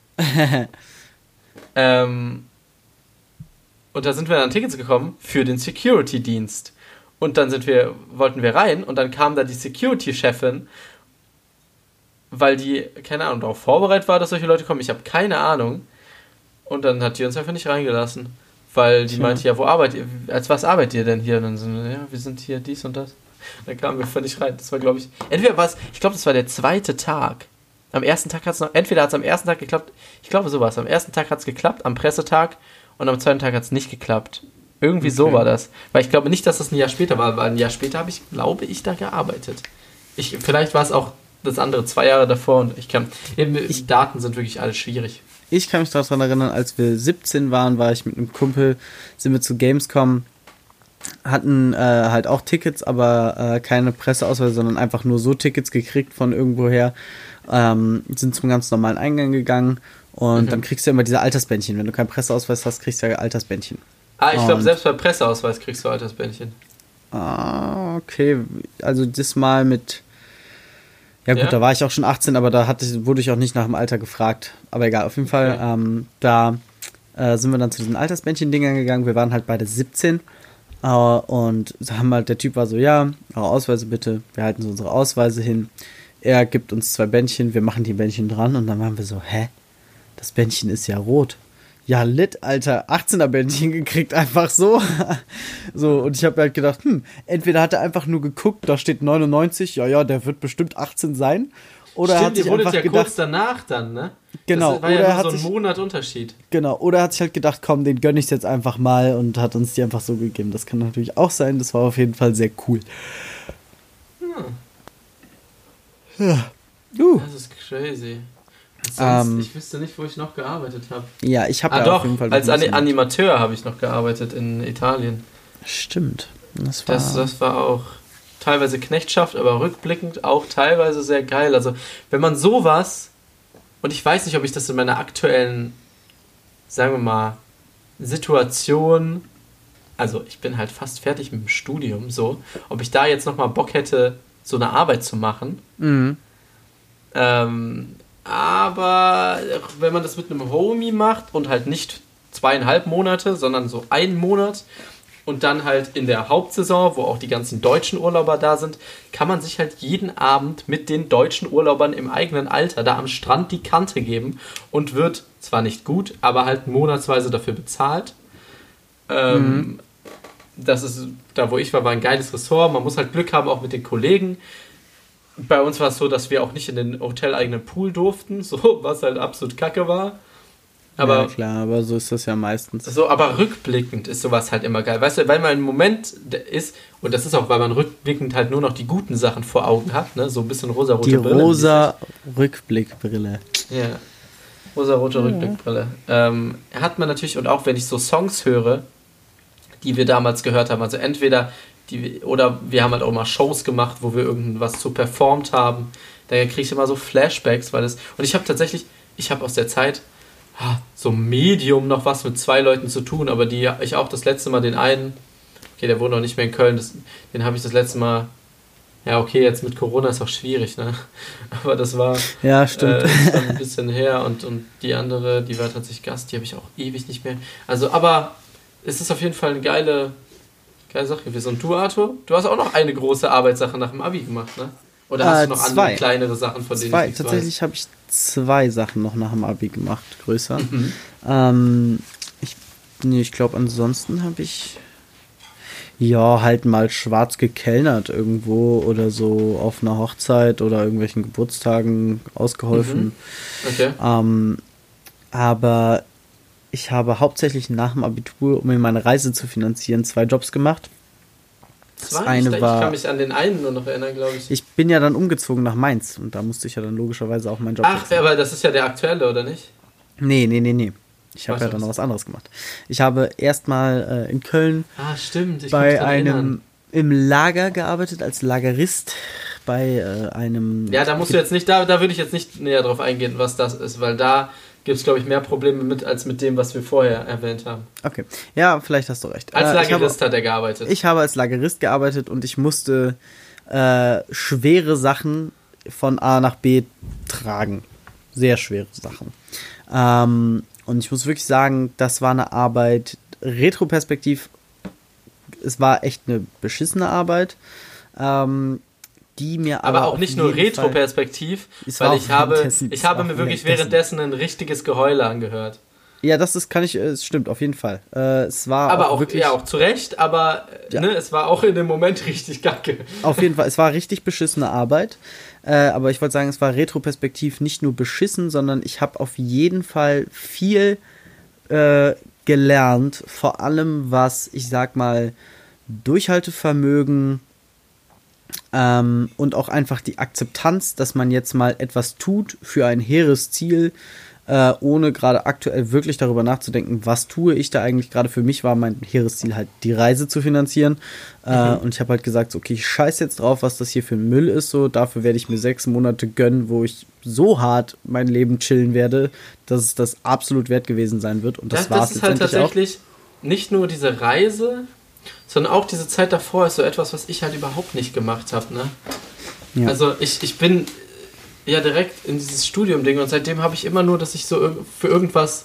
[SPEAKER 1] ähm, und da sind wir an Tickets gekommen für den Security-Dienst. Und dann sind wir, wollten wir rein und dann kam da die Security-Chefin, weil die, keine Ahnung, darauf vorbereitet war, dass solche Leute kommen. Ich habe keine Ahnung. Und dann hat die uns einfach nicht reingelassen. Weil die
[SPEAKER 2] Tja.
[SPEAKER 1] meinte, ja, wo arbeitet ihr? Als was arbeitet ihr denn hier? Und dann sind wir, ja, wir sind hier dies und das. Und dann kamen wir völlig rein. Das war, glaube ich, entweder war es, ich glaube, das war der zweite Tag. Am ersten Tag hat es noch, entweder hat es am ersten Tag geklappt, ich glaube, so war es. Am ersten Tag hat es geklappt, am Pressetag, und am zweiten Tag hat es nicht geklappt. Irgendwie so
[SPEAKER 2] Okay.
[SPEAKER 1] war das. Weil ich glaube nicht, dass das ein Jahr später war, weil ein Jahr später habe ich, glaube ich, da gearbeitet. Ich, vielleicht war es auch das andere, zwei Jahre davor, und ich kann, eben,
[SPEAKER 2] Ich-
[SPEAKER 1] Daten sind wirklich alles schwierig.
[SPEAKER 2] Ich kann mich daran erinnern, als wir siebzehn waren, war ich mit einem Kumpel, sind wir zu Gamescom, hatten äh, halt auch Tickets, aber äh, keine Presseausweise, sondern einfach nur so Tickets gekriegt von irgendwoher, ähm, sind zum ganz normalen Eingang gegangen und
[SPEAKER 1] Mhm.
[SPEAKER 2] dann kriegst du immer diese Altersbändchen. Wenn du keinen Presseausweis hast, kriegst du ja Altersbändchen.
[SPEAKER 1] Ah, ich glaube,
[SPEAKER 2] Und-
[SPEAKER 1] selbst bei Presseausweis kriegst du Altersbändchen.
[SPEAKER 2] Ah, okay. Also das Mal mit... Ja gut,
[SPEAKER 1] Ja?
[SPEAKER 2] da war ich auch schon achtzehn, aber da hatte, wurde ich auch nicht nach dem Alter gefragt. Aber egal, auf jeden Fall,
[SPEAKER 1] Okay.
[SPEAKER 2] ähm, da äh, sind wir dann zu diesen Altersbändchen-Dingern gegangen. Wir waren halt beide siebzehn äh, und haben halt, der Typ war so, ja, eure Ausweise bitte. Wir halten so unsere Ausweise hin. Er gibt uns zwei Bändchen, wir machen die Bändchen dran und dann waren wir so, hä? Das Bändchen ist ja rot. Ja, lit, Alter, achtzehner Bändchen gekriegt, einfach so. So, und ich habe halt gedacht, hm, entweder hat er einfach nur geguckt, da steht neunundneunzig, ja, ja, der wird bestimmt achtzehn sein. Oder er hat
[SPEAKER 1] Stimmt, ihr
[SPEAKER 2] sich
[SPEAKER 1] wurdet
[SPEAKER 2] einfach
[SPEAKER 1] ja
[SPEAKER 2] gedacht,
[SPEAKER 1] kurz danach dann, ne?
[SPEAKER 2] Genau,
[SPEAKER 1] Das war
[SPEAKER 2] oder
[SPEAKER 1] ja
[SPEAKER 2] er
[SPEAKER 1] nur
[SPEAKER 2] hat
[SPEAKER 1] so ein
[SPEAKER 2] sich-
[SPEAKER 1] Monat Unterschied.
[SPEAKER 2] genau, oder er hat sich halt gedacht, komm, den gönn ich jetzt einfach mal und hat uns die einfach so gegeben. Das kann natürlich auch sein, das war auf jeden Fall sehr cool. Ja. Uh.
[SPEAKER 1] Das ist crazy. Sonst,
[SPEAKER 2] Ähm.
[SPEAKER 1] ich wüsste nicht, wo ich noch gearbeitet habe.
[SPEAKER 2] Ja, ich habe
[SPEAKER 1] Ah
[SPEAKER 2] ja
[SPEAKER 1] doch,
[SPEAKER 2] auf jeden Fall...
[SPEAKER 1] als
[SPEAKER 2] noch
[SPEAKER 1] Ani-
[SPEAKER 2] so-
[SPEAKER 1] Animateur habe ich noch gearbeitet in Italien.
[SPEAKER 2] Stimmt. Das war...
[SPEAKER 1] Das, das war auch teilweise Knechtschaft, aber rückblickend auch teilweise sehr geil. Also wenn man sowas, und ich weiß nicht, ob ich das in meiner aktuellen, sagen wir mal, Situation, also ich bin halt fast fertig mit dem Studium, so, ob ich da jetzt nochmal Bock hätte, so eine Arbeit zu machen.
[SPEAKER 2] Mhm.
[SPEAKER 1] Ähm, aber wenn man das mit einem Homie macht und halt nicht zweieinhalb Monate, sondern so einen Monat und dann halt in der Hauptsaison, wo auch die ganzen deutschen Urlauber da sind, kann man sich halt jeden Abend mit den deutschen Urlaubern im eigenen Alter da am Strand die Kante geben und wird zwar nicht gut, aber halt monatsweise dafür bezahlt. Ähm, das ist, da wo ich war, war ein geiles Ressort. Man muss halt Glück haben, auch mit den Kollegen. Bei uns war es so, dass wir auch nicht in den hoteleigenen Pool durften, so, was halt absolut kacke war. Aber,
[SPEAKER 2] ja, klar, aber so ist das ja meistens.
[SPEAKER 1] so, aber rückblickend ist sowas halt immer geil. Weißt du, weil man im Moment ist, und das ist auch, weil man rückblickend halt nur noch die guten Sachen vor Augen hat, ne? So ein bisschen rosa-rote
[SPEAKER 2] Die
[SPEAKER 1] Brille.
[SPEAKER 2] rosa Rückblickbrille.
[SPEAKER 1] Ja, rosa-rote
[SPEAKER 2] Ja.
[SPEAKER 1] Rückblickbrille. Ähm, hat man natürlich, und auch wenn ich so Songs höre, die wir damals gehört haben, also entweder, die, oder wir haben halt auch mal Shows gemacht, wo wir irgendwas zu performt haben, da kriege ich immer so Flashbacks, weil das, und ich habe tatsächlich, ich habe aus der Zeit ah, so Medium noch was mit zwei Leuten zu tun, aber die ich auch das letzte Mal den einen, okay, der wohnt noch nicht mehr in Köln, das, den habe ich das letzte Mal, ja okay, jetzt mit Corona ist auch schwierig, ne, aber das war,
[SPEAKER 2] Ja, stimmt.
[SPEAKER 1] äh, ist dann ein bisschen her, und, und die andere, die war tatsächlich Gast, die habe ich auch ewig nicht mehr, also, aber es ist auf jeden Fall eine geile, geile Sache gewesen. Und du, Arthur, du hast auch noch eine große Arbeitssache nach dem Abi gemacht, ne? Oder hast
[SPEAKER 2] Äh,
[SPEAKER 1] du noch
[SPEAKER 2] zwei.
[SPEAKER 1] andere kleinere Sachen, von denen
[SPEAKER 2] Zwei,
[SPEAKER 1] ich nichts
[SPEAKER 2] tatsächlich habe ich zwei Sachen noch nach dem Abi gemacht, größer.
[SPEAKER 1] weiß? Mhm.
[SPEAKER 2] Ähm, ich nee, ich glaube, ansonsten habe ich... Ja, halt mal schwarz gekellnert irgendwo oder so auf einer Hochzeit oder irgendwelchen Geburtstagen ausgeholfen.
[SPEAKER 1] Mhm. Okay.
[SPEAKER 2] Ähm, aber ich habe hauptsächlich nach dem Abitur, um mir meine Reise zu finanzieren, zwei Jobs gemacht. Das
[SPEAKER 1] Zwei?
[SPEAKER 2] eine
[SPEAKER 1] ich,
[SPEAKER 2] war,
[SPEAKER 1] ich kann mich an den einen nur noch erinnern, glaube ich.
[SPEAKER 2] Ich bin ja dann umgezogen nach Mainz und da musste ich ja dann logischerweise auch meinen Job
[SPEAKER 1] Ach,
[SPEAKER 2] wechseln.
[SPEAKER 1] aber das ist ja der aktuelle, oder nicht?
[SPEAKER 2] Nee, nee, nee, nee. Ich habe
[SPEAKER 1] Ach
[SPEAKER 2] ja
[SPEAKER 1] so,
[SPEAKER 2] dann noch
[SPEAKER 1] was-
[SPEAKER 2] was anderes gemacht. Ich habe erstmal äh, in Köln
[SPEAKER 1] Ah, stimmt. Ich kann
[SPEAKER 2] bei
[SPEAKER 1] mich dran
[SPEAKER 2] einem
[SPEAKER 1] erinnern.
[SPEAKER 2] im Lager gearbeitet als Lagerist bei äh, einem.
[SPEAKER 1] Ja, da musst du jetzt nicht, da, da würde ich jetzt nicht näher drauf eingehen, was das ist, weil da gibt es, glaube ich, mehr Probleme mit, als mit dem, was wir vorher erwähnt haben.
[SPEAKER 2] Okay, ja, vielleicht hast du recht.
[SPEAKER 1] Als
[SPEAKER 2] Äh,
[SPEAKER 1] Lagerist
[SPEAKER 2] ich habe,
[SPEAKER 1] hat er gearbeitet.
[SPEAKER 2] ich habe als Lagerist gearbeitet und ich musste äh, schwere Sachen von A nach B tragen. Sehr schwere Sachen. Ähm, und ich muss wirklich sagen, das war eine Arbeit, retroperspektiv, es war echt eine beschissene Arbeit, ähm, die mir aber,
[SPEAKER 1] aber auch
[SPEAKER 2] auf
[SPEAKER 1] nicht nur
[SPEAKER 2] jeden Fall-
[SPEAKER 1] retroperspektiv,
[SPEAKER 2] Es war
[SPEAKER 1] weil
[SPEAKER 2] auch
[SPEAKER 1] ich habe,
[SPEAKER 2] währenddessen-
[SPEAKER 1] ich
[SPEAKER 2] es
[SPEAKER 1] habe
[SPEAKER 2] war
[SPEAKER 1] mir
[SPEAKER 2] auch
[SPEAKER 1] wirklich
[SPEAKER 2] währenddessen.
[SPEAKER 1] währenddessen ein richtiges Geheule angehört.
[SPEAKER 2] Ja, das ist, kann ich, es stimmt, auf jeden Fall. Äh, es war
[SPEAKER 1] Aber
[SPEAKER 2] auch,
[SPEAKER 1] auch,
[SPEAKER 2] wirklich,
[SPEAKER 1] ja, auch zu Recht, aber
[SPEAKER 2] Ja.
[SPEAKER 1] ne, es war auch in dem Moment richtig kacke.
[SPEAKER 2] auf jeden Fall, es war richtig beschissene Arbeit. Äh, aber ich wollte sagen, es war retroperspektiv nicht nur beschissen, sondern ich habe auf jeden Fall viel äh, gelernt, vor allem was, ich sag mal, Durchhaltevermögen ähm, und auch einfach die Akzeptanz, dass man jetzt mal etwas tut für ein hehres Ziel, äh, ohne gerade aktuell wirklich darüber nachzudenken, was tue ich da eigentlich. Gerade für mich war mein hehres Ziel halt, die Reise zu finanzieren. Äh,
[SPEAKER 1] Mhm.
[SPEAKER 2] und ich habe halt gesagt, so, okay, ich scheiß jetzt drauf, was das hier für ein Müll ist. So, dafür werde ich mir sechs Monate gönnen, wo ich so hart mein Leben chillen werde, dass es das absolut wert gewesen sein wird. Und das,
[SPEAKER 1] Das,
[SPEAKER 2] war
[SPEAKER 1] das
[SPEAKER 2] es
[SPEAKER 1] ist halt
[SPEAKER 2] letztendlich auch.
[SPEAKER 1] tatsächlich nicht nur diese Reise, sondern auch diese Zeit davor ist so etwas, was ich halt überhaupt nicht gemacht habe. Ne?
[SPEAKER 2] Ja.
[SPEAKER 1] Also ich, ich bin ja direkt in dieses Studium-Ding und seitdem habe ich immer nur, dass ich so irg- für irgendwas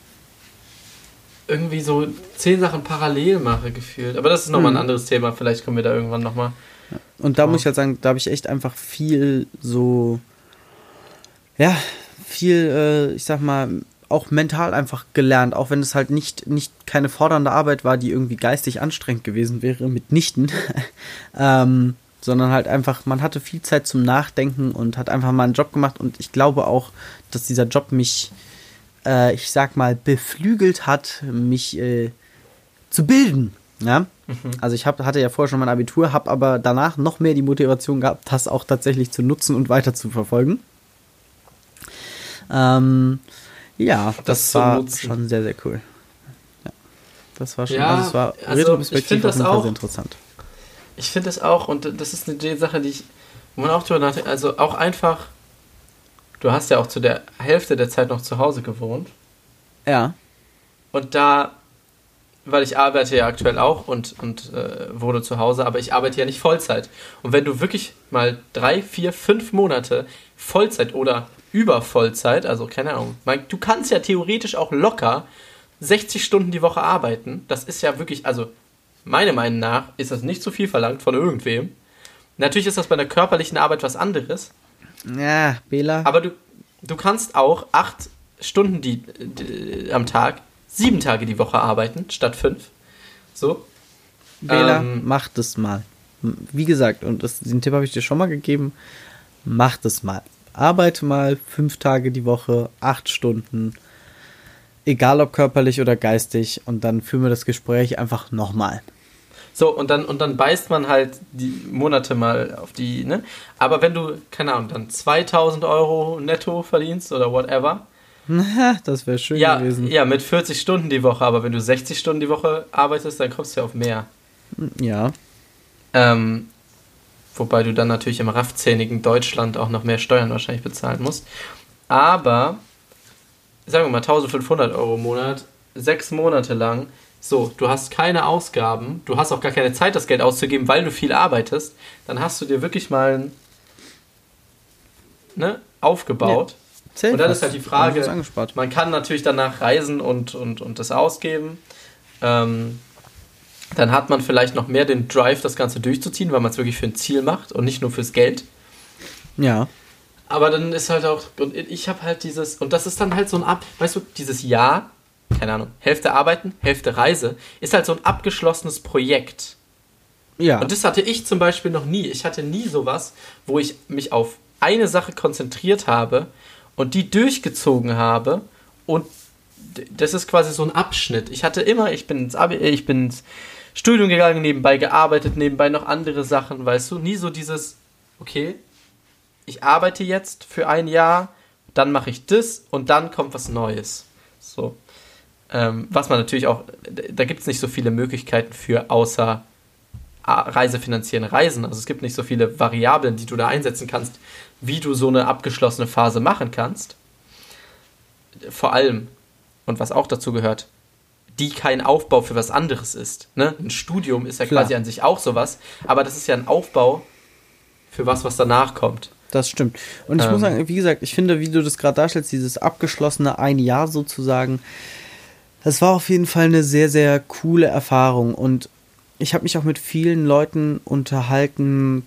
[SPEAKER 1] irgendwie so zehn Sachen parallel mache, gefühlt. Aber das ist nochmal
[SPEAKER 2] Mhm.
[SPEAKER 1] ein anderes Thema. Vielleicht kommen wir da irgendwann nochmal.
[SPEAKER 2] Und da
[SPEAKER 1] Ja.
[SPEAKER 2] muss ich halt sagen, da habe ich echt einfach viel so, ja, viel, äh, ich sag mal, auch mental einfach gelernt, auch wenn es halt nicht, nicht keine fordernde Arbeit war, die irgendwie geistig anstrengend gewesen wäre, mitnichten, ähm, sondern halt einfach, man hatte viel Zeit zum Nachdenken und hat einfach mal einen Job gemacht und ich glaube auch, dass dieser Job mich, äh, ich sag mal, beflügelt hat, mich äh, zu bilden, ja. Also ich hab, hatte ja vorher schon mein Abitur, habe aber danach noch mehr die Motivation gehabt, das auch tatsächlich zu nutzen und weiter zu verfolgen. Ähm, ja, das,
[SPEAKER 1] Das zu
[SPEAKER 2] war
[SPEAKER 1] nutzen.
[SPEAKER 2] schon sehr, sehr cool. Ja, das war schon,
[SPEAKER 1] Ja,
[SPEAKER 2] also es war
[SPEAKER 1] also
[SPEAKER 2] retrospektiv
[SPEAKER 1] ich find das
[SPEAKER 2] auf jeden Fall
[SPEAKER 1] auch-
[SPEAKER 2] sehr interessant.
[SPEAKER 1] Ich finde das auch, und das ist eine Sache, die ich, wo man auch drüber nachdenkt, also auch einfach, du hast ja auch zu der Hälfte der Zeit noch zu Hause gewohnt.
[SPEAKER 2] Ja,
[SPEAKER 1] Und da, weil ich arbeite ja aktuell auch und, und äh, wohne zu Hause, aber ich arbeite ja nicht Vollzeit. Und wenn du wirklich mal drei, vier, fünf Monate Vollzeit oder über Vollzeit, also keine Ahnung, mein, du kannst ja theoretisch auch locker sechzig Stunden die Woche arbeiten. Das ist ja wirklich, also meiner Meinung nach ist das nicht zu viel verlangt von irgendwem. Natürlich ist das bei einer körperlichen Arbeit was anderes,
[SPEAKER 2] ja, Bela.
[SPEAKER 1] aber du, du kannst auch acht Stunden die, die, am Tag, sieben Tage die Woche arbeiten, statt fünf. So.
[SPEAKER 2] Bela,
[SPEAKER 1] ähm,
[SPEAKER 2] mach das mal. Wie gesagt, und das, den Tipp habe ich dir schon mal gegeben, mach das mal. Arbeite mal fünf Tage die Woche, acht Stunden, egal ob körperlich oder geistig, und dann führen wir das Gespräch einfach nochmal.
[SPEAKER 1] So, und dann, und dann beißt man halt die Monate mal auf die, ne? Aber wenn du, keine Ahnung, dann zweitausend Euro netto verdienst oder whatever,
[SPEAKER 2] Das wäre schön
[SPEAKER 1] ja,
[SPEAKER 2] gewesen.
[SPEAKER 1] ja, mit vierzig Stunden die Woche, aber wenn du sechzig Stunden die Woche arbeitest, dann kommst du ja auf mehr.
[SPEAKER 2] Ja.
[SPEAKER 1] Ähm, wobei du dann natürlich im raffzähnigen Deutschland auch noch mehr Steuern wahrscheinlich bezahlen musst. Aber, sagen wir mal, eintausendfünfhundert Euro im Monat, sechs Monate lang, so, du hast keine Ausgaben, du hast auch gar keine Zeit, das Geld auszugeben, weil du viel arbeitest, dann hast du dir wirklich mal ne, aufgebaut.
[SPEAKER 2] Zählt
[SPEAKER 1] Und dann
[SPEAKER 2] was.
[SPEAKER 1] ist halt die
[SPEAKER 2] Also
[SPEAKER 1] Frage,
[SPEAKER 2] ist angespart.
[SPEAKER 1] man kann natürlich danach reisen und, und, und das ausgeben. Ähm, dann hat man vielleicht noch mehr den Drive, das Ganze durchzuziehen, weil man es wirklich für ein Ziel macht und nicht nur fürs Geld.
[SPEAKER 2] Ja.
[SPEAKER 1] Aber dann ist halt auch, und ich habe halt dieses, und das ist dann halt so ein Ab, weißt du, dieses Jahr, keine Ahnung, Hälfte arbeiten, Hälfte Reise, ist halt so ein abgeschlossenes Projekt.
[SPEAKER 2] Ja.
[SPEAKER 1] Und das hatte ich zum Beispiel noch nie. Ich hatte nie sowas, wo ich mich auf eine Sache konzentriert habe und die durchgezogen habe und das ist quasi so ein Abschnitt. Ich hatte immer, ich bin ins, Abi, ich bin ins Studium gegangen, nebenbei gearbeitet, nebenbei noch andere Sachen, weißt du, nie so dieses, okay, ich arbeite jetzt für ein Jahr, dann mache ich das und dann kommt was Neues. So. Ähm, was man natürlich auch, da gibt es nicht so viele Möglichkeiten für, außer reisefinanzieren Reisen. Also es gibt nicht so viele Variablen, die du da einsetzen kannst, wie du so eine abgeschlossene Phase machen kannst. Vor allem, und was auch dazu gehört, die kein Aufbau für was anderes ist. Ne? Ein Studium ist ja
[SPEAKER 2] Klar.
[SPEAKER 1] quasi an sich auch sowas, aber das ist ja ein Aufbau für was, was danach kommt.
[SPEAKER 2] Das stimmt. Und ich ähm. muss sagen, wie gesagt, ich finde, wie du das gerade darstellst, dieses abgeschlossene ein Jahr sozusagen, das war auf jeden Fall eine sehr, sehr coole Erfahrung. Und ich habe mich auch mit vielen Leuten unterhalten,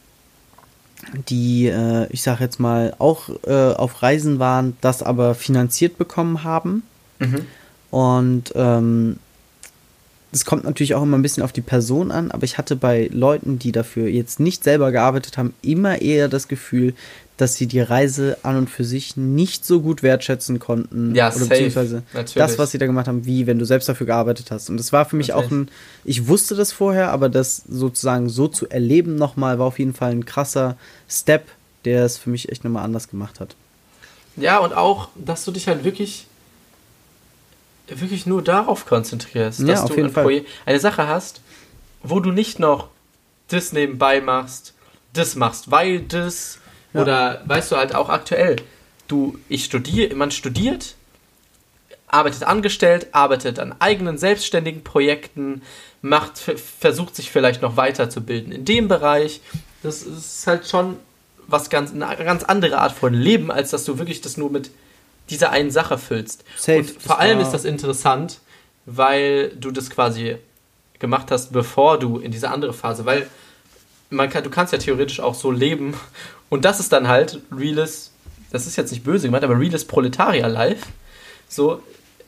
[SPEAKER 2] die, äh, ich sage jetzt mal, auch äh, auf Reisen waren, das aber finanziert bekommen haben. Mhm. Und ähm, das kommt natürlich auch immer ein bisschen auf die Person an, aber ich hatte bei Leuten, die dafür jetzt nicht selber gearbeitet haben, immer eher das Gefühl, dass sie die Reise an und für sich nicht so gut wertschätzen konnten.
[SPEAKER 1] Ja,
[SPEAKER 2] oder
[SPEAKER 1] safe,
[SPEAKER 2] beziehungsweise
[SPEAKER 1] natürlich.
[SPEAKER 2] Das, was sie da gemacht haben, wie wenn du selbst dafür gearbeitet hast. Und das war für mich natürlich auch ein, ich wusste das vorher, aber das sozusagen so zu erleben nochmal, war auf jeden Fall ein krasser Step, der es für mich echt nochmal anders gemacht hat.
[SPEAKER 1] Ja, und auch, dass du dich halt wirklich wirklich nur darauf konzentrierst,
[SPEAKER 2] ja,
[SPEAKER 1] dass
[SPEAKER 2] auf
[SPEAKER 1] du
[SPEAKER 2] jeden
[SPEAKER 1] ein
[SPEAKER 2] Fall.
[SPEAKER 1] Projekt, eine Sache hast, wo du nicht noch das nebenbei machst, das machst, weil das, ja. Oder weißt du halt auch aktuell, du, ich studiere, man studiert, arbeitet angestellt, arbeitet an eigenen selbstständigen Projekten, macht, versucht sich vielleicht noch weiterzubilden in dem Bereich. Das ist halt schon was ganz, eine ganz andere Art von Leben, als dass du wirklich das nur mit dieser einen Sache füllst.
[SPEAKER 2] Safe,
[SPEAKER 1] und vor allem ist das interessant, weil du das quasi gemacht hast, bevor du in diese andere Phase, weil man kann, du kannst ja theoretisch auch so leben und das ist dann halt reales, das ist jetzt nicht böse gemeint, aber reales Proletarier-Life. So,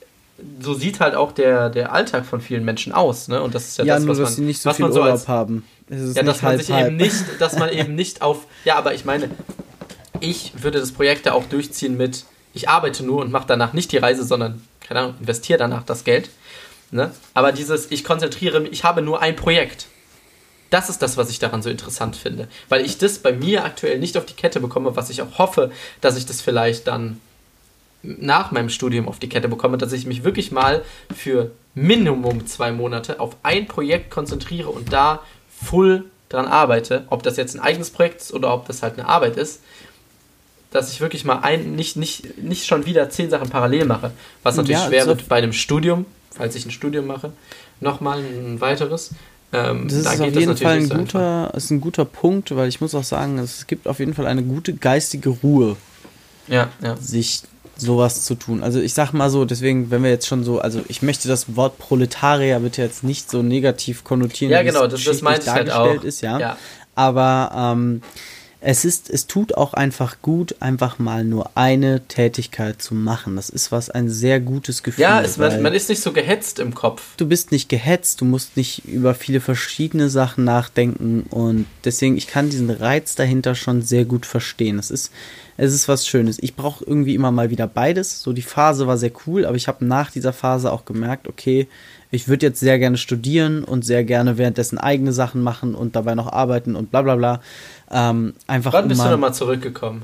[SPEAKER 1] so sieht halt auch der, der Alltag von vielen Menschen aus, ne? Und das ist ja,
[SPEAKER 2] ja
[SPEAKER 1] das,
[SPEAKER 2] nur,
[SPEAKER 1] was
[SPEAKER 2] dass
[SPEAKER 1] man,
[SPEAKER 2] sie nicht so
[SPEAKER 1] was
[SPEAKER 2] viel
[SPEAKER 1] man so
[SPEAKER 2] Urlaub
[SPEAKER 1] als,
[SPEAKER 2] haben. Es ist
[SPEAKER 1] ja,
[SPEAKER 2] nicht
[SPEAKER 1] dass man
[SPEAKER 2] halb,
[SPEAKER 1] sich
[SPEAKER 2] halb.
[SPEAKER 1] eben nicht, dass man eben nicht auf, ja, aber ich meine, ich würde das Projekt ja auch durchziehen mit, ich arbeite nur und mache danach nicht die Reise, sondern, keine Ahnung, investiere danach das Geld. Ne? Aber dieses, ich konzentriere mich, ich habe nur ein Projekt. Das ist das, was ich daran so interessant finde. Weil ich das bei mir aktuell nicht auf die Kette bekomme, was ich auch hoffe, dass ich das vielleicht dann nach meinem Studium auf die Kette bekomme, dass ich mich wirklich mal für Minimum zwei Monate auf ein Projekt konzentriere und da full dran arbeite. Ob das jetzt ein eigenes Projekt ist oder ob das halt eine Arbeit ist. Dass ich wirklich mal ein, nicht, nicht, nicht schon wieder zehn Sachen parallel mache. Was natürlich ja, schwer wird bei einem Studium, falls ich ein Studium mache, nochmal ein weiteres. Ähm,
[SPEAKER 2] das
[SPEAKER 1] da
[SPEAKER 2] ist
[SPEAKER 1] geht
[SPEAKER 2] auf jeden
[SPEAKER 1] das
[SPEAKER 2] Fall ein
[SPEAKER 1] so
[SPEAKER 2] guter, ist ein guter Punkt, weil ich muss auch sagen, es gibt auf jeden Fall eine gute geistige Ruhe,
[SPEAKER 1] ja, ja.
[SPEAKER 2] sich sowas zu tun. Also ich sag mal so, deswegen, wenn wir jetzt schon so, also ich möchte das Wort Proletarier bitte jetzt nicht so negativ konnotieren,
[SPEAKER 1] ja,
[SPEAKER 2] wie
[SPEAKER 1] genau,
[SPEAKER 2] es
[SPEAKER 1] das, das meinte ich halt auch.
[SPEAKER 2] ist, ja.
[SPEAKER 1] ja.
[SPEAKER 2] Aber ähm, es ist, es tut auch einfach gut, einfach mal nur eine Tätigkeit zu machen. Das ist was, ein sehr gutes Gefühl.
[SPEAKER 1] Ja, es, man, man ist nicht so gehetzt im Kopf.
[SPEAKER 2] Du bist nicht gehetzt, du musst nicht über viele verschiedene Sachen nachdenken und deswegen, ich kann diesen Reiz dahinter schon sehr gut verstehen. Es ist, es ist was Schönes. Ich brauche irgendwie immer mal wieder beides. So, die Phase war sehr cool, aber ich habe nach dieser Phase auch gemerkt, okay, ich würde jetzt sehr gerne studieren und sehr gerne währenddessen eigene Sachen machen und dabei noch arbeiten und bla bla bla. Ähm, einfach
[SPEAKER 1] Wann bist
[SPEAKER 2] um
[SPEAKER 1] du nochmal zurückgekommen?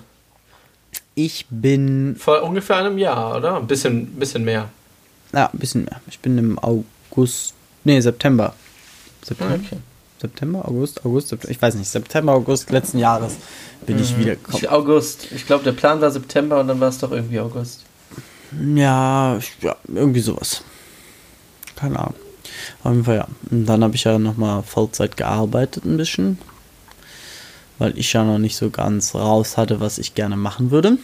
[SPEAKER 2] Ich bin...
[SPEAKER 1] Vor ungefähr einem Jahr, oder? Ein bisschen, bisschen mehr.
[SPEAKER 2] Ja, ein bisschen mehr. Ich bin im August... Nee, September. September?
[SPEAKER 1] Okay.
[SPEAKER 2] September, August, August, September, ich weiß nicht, September, August letzten Jahres bin mhm. ich wiedergekommen.
[SPEAKER 1] Ich, August. Ich glaube, der Plan war September und dann war es doch irgendwie August.
[SPEAKER 2] Ja, ja, irgendwie sowas. Keine Ahnung. Auf jeden Fall, ja. Und dann habe ich ja nochmal Vollzeit gearbeitet ein bisschen, weil ich ja noch nicht so ganz raus hatte, was ich gerne machen würde.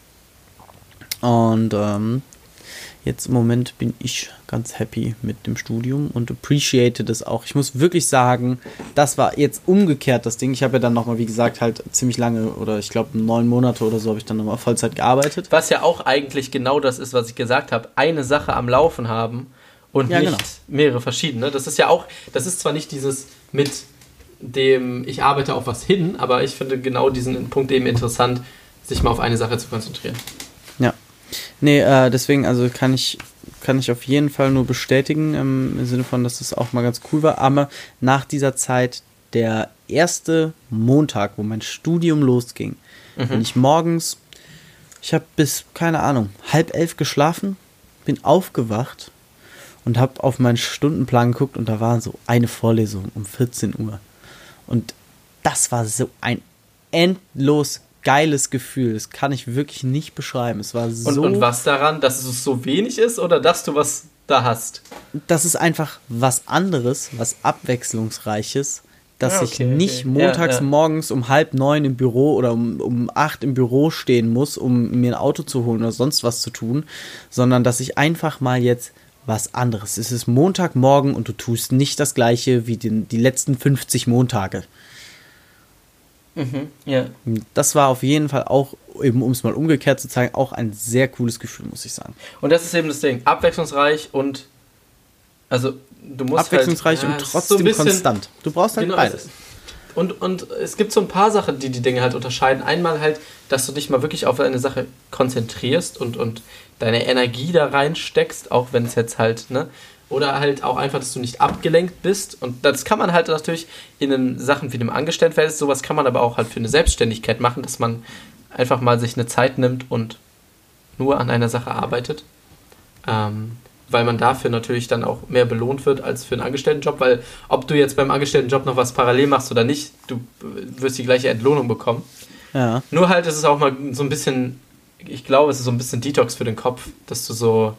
[SPEAKER 2] Und ähm, jetzt im Moment bin ich ganz happy mit dem Studium und appreciate das auch. Ich muss wirklich sagen, das war jetzt umgekehrt das Ding. Ich habe ja dann nochmal, wie gesagt, halt ziemlich lange oder ich glaube neun Monate oder so habe ich dann nochmal Vollzeit gearbeitet.
[SPEAKER 1] Was ja auch eigentlich genau das ist, was ich gesagt habe. Eine Sache am Laufen haben und ja, nicht genau. mehrere verschiedene. Das ist ja auch, das ist zwar nicht dieses mit dem ich arbeite auf was hin, aber ich finde genau diesen Punkt eben interessant, sich mal auf eine Sache zu konzentrieren.
[SPEAKER 2] Ja. Nee, äh, deswegen, also kann ich, kann ich auf jeden Fall nur bestätigen, ähm, im Sinne von, dass das auch mal ganz cool war. Aber nach dieser Zeit, der erste Montag, wo mein Studium losging, mhm. bin ich morgens, ich habe bis, keine Ahnung, halb elf geschlafen, bin aufgewacht und habe auf meinen Stundenplan geguckt und da war so eine Vorlesung um vierzehn Uhr. Und das war so ein endlos geiles Gefühl. Das kann ich wirklich nicht beschreiben. Es war so...
[SPEAKER 1] Und, und was daran, dass es so wenig ist oder dass du was da hast?
[SPEAKER 2] Das ist einfach was anderes, was Abwechslungsreiches, dass
[SPEAKER 1] ja, okay,
[SPEAKER 2] ich nicht
[SPEAKER 1] okay.
[SPEAKER 2] montags
[SPEAKER 1] ja, ja.
[SPEAKER 2] morgens um halb neun im Büro oder um, um acht im Büro stehen muss, um mir ein Auto zu holen oder sonst was zu tun, sondern dass ich einfach mal jetzt was anderes. Es ist Montagmorgen und du tust nicht das Gleiche wie den, die letzten fünfzig Montage.
[SPEAKER 1] Mhm, ja.
[SPEAKER 2] Das war auf jeden Fall auch, eben um es mal umgekehrt zu zeigen, auch ein sehr cooles Gefühl, muss ich sagen.
[SPEAKER 1] Und das ist eben das Ding. Abwechslungsreich und also du musst
[SPEAKER 2] Abwechslungsreich
[SPEAKER 1] halt,
[SPEAKER 2] und
[SPEAKER 1] ja,
[SPEAKER 2] trotzdem
[SPEAKER 1] so bisschen,
[SPEAKER 2] konstant. Du brauchst halt
[SPEAKER 1] genau,
[SPEAKER 2] beides.
[SPEAKER 1] Und, und es gibt so ein paar Sachen, die die Dinge halt unterscheiden. Einmal halt, dass du dich mal wirklich auf eine Sache konzentrierst und, und deine Energie da reinsteckst, auch wenn es jetzt halt, ne, oder halt auch einfach, dass du nicht abgelenkt bist. Und das kann man halt natürlich in den Sachen wie dem Angestelltenverhältnis, sowas kann man aber auch halt für eine Selbstständigkeit machen, dass man einfach mal sich eine Zeit nimmt und nur an einer Sache arbeitet. Ähm, weil man dafür natürlich dann auch mehr belohnt wird als für einen Angestelltenjob, weil ob du jetzt beim Angestelltenjob noch was parallel machst oder nicht, du wirst die gleiche Entlohnung bekommen.
[SPEAKER 2] Ja.
[SPEAKER 1] Nur halt ist es auch mal so ein bisschen, ich glaube, es ist so ein bisschen Detox für den Kopf, dass du so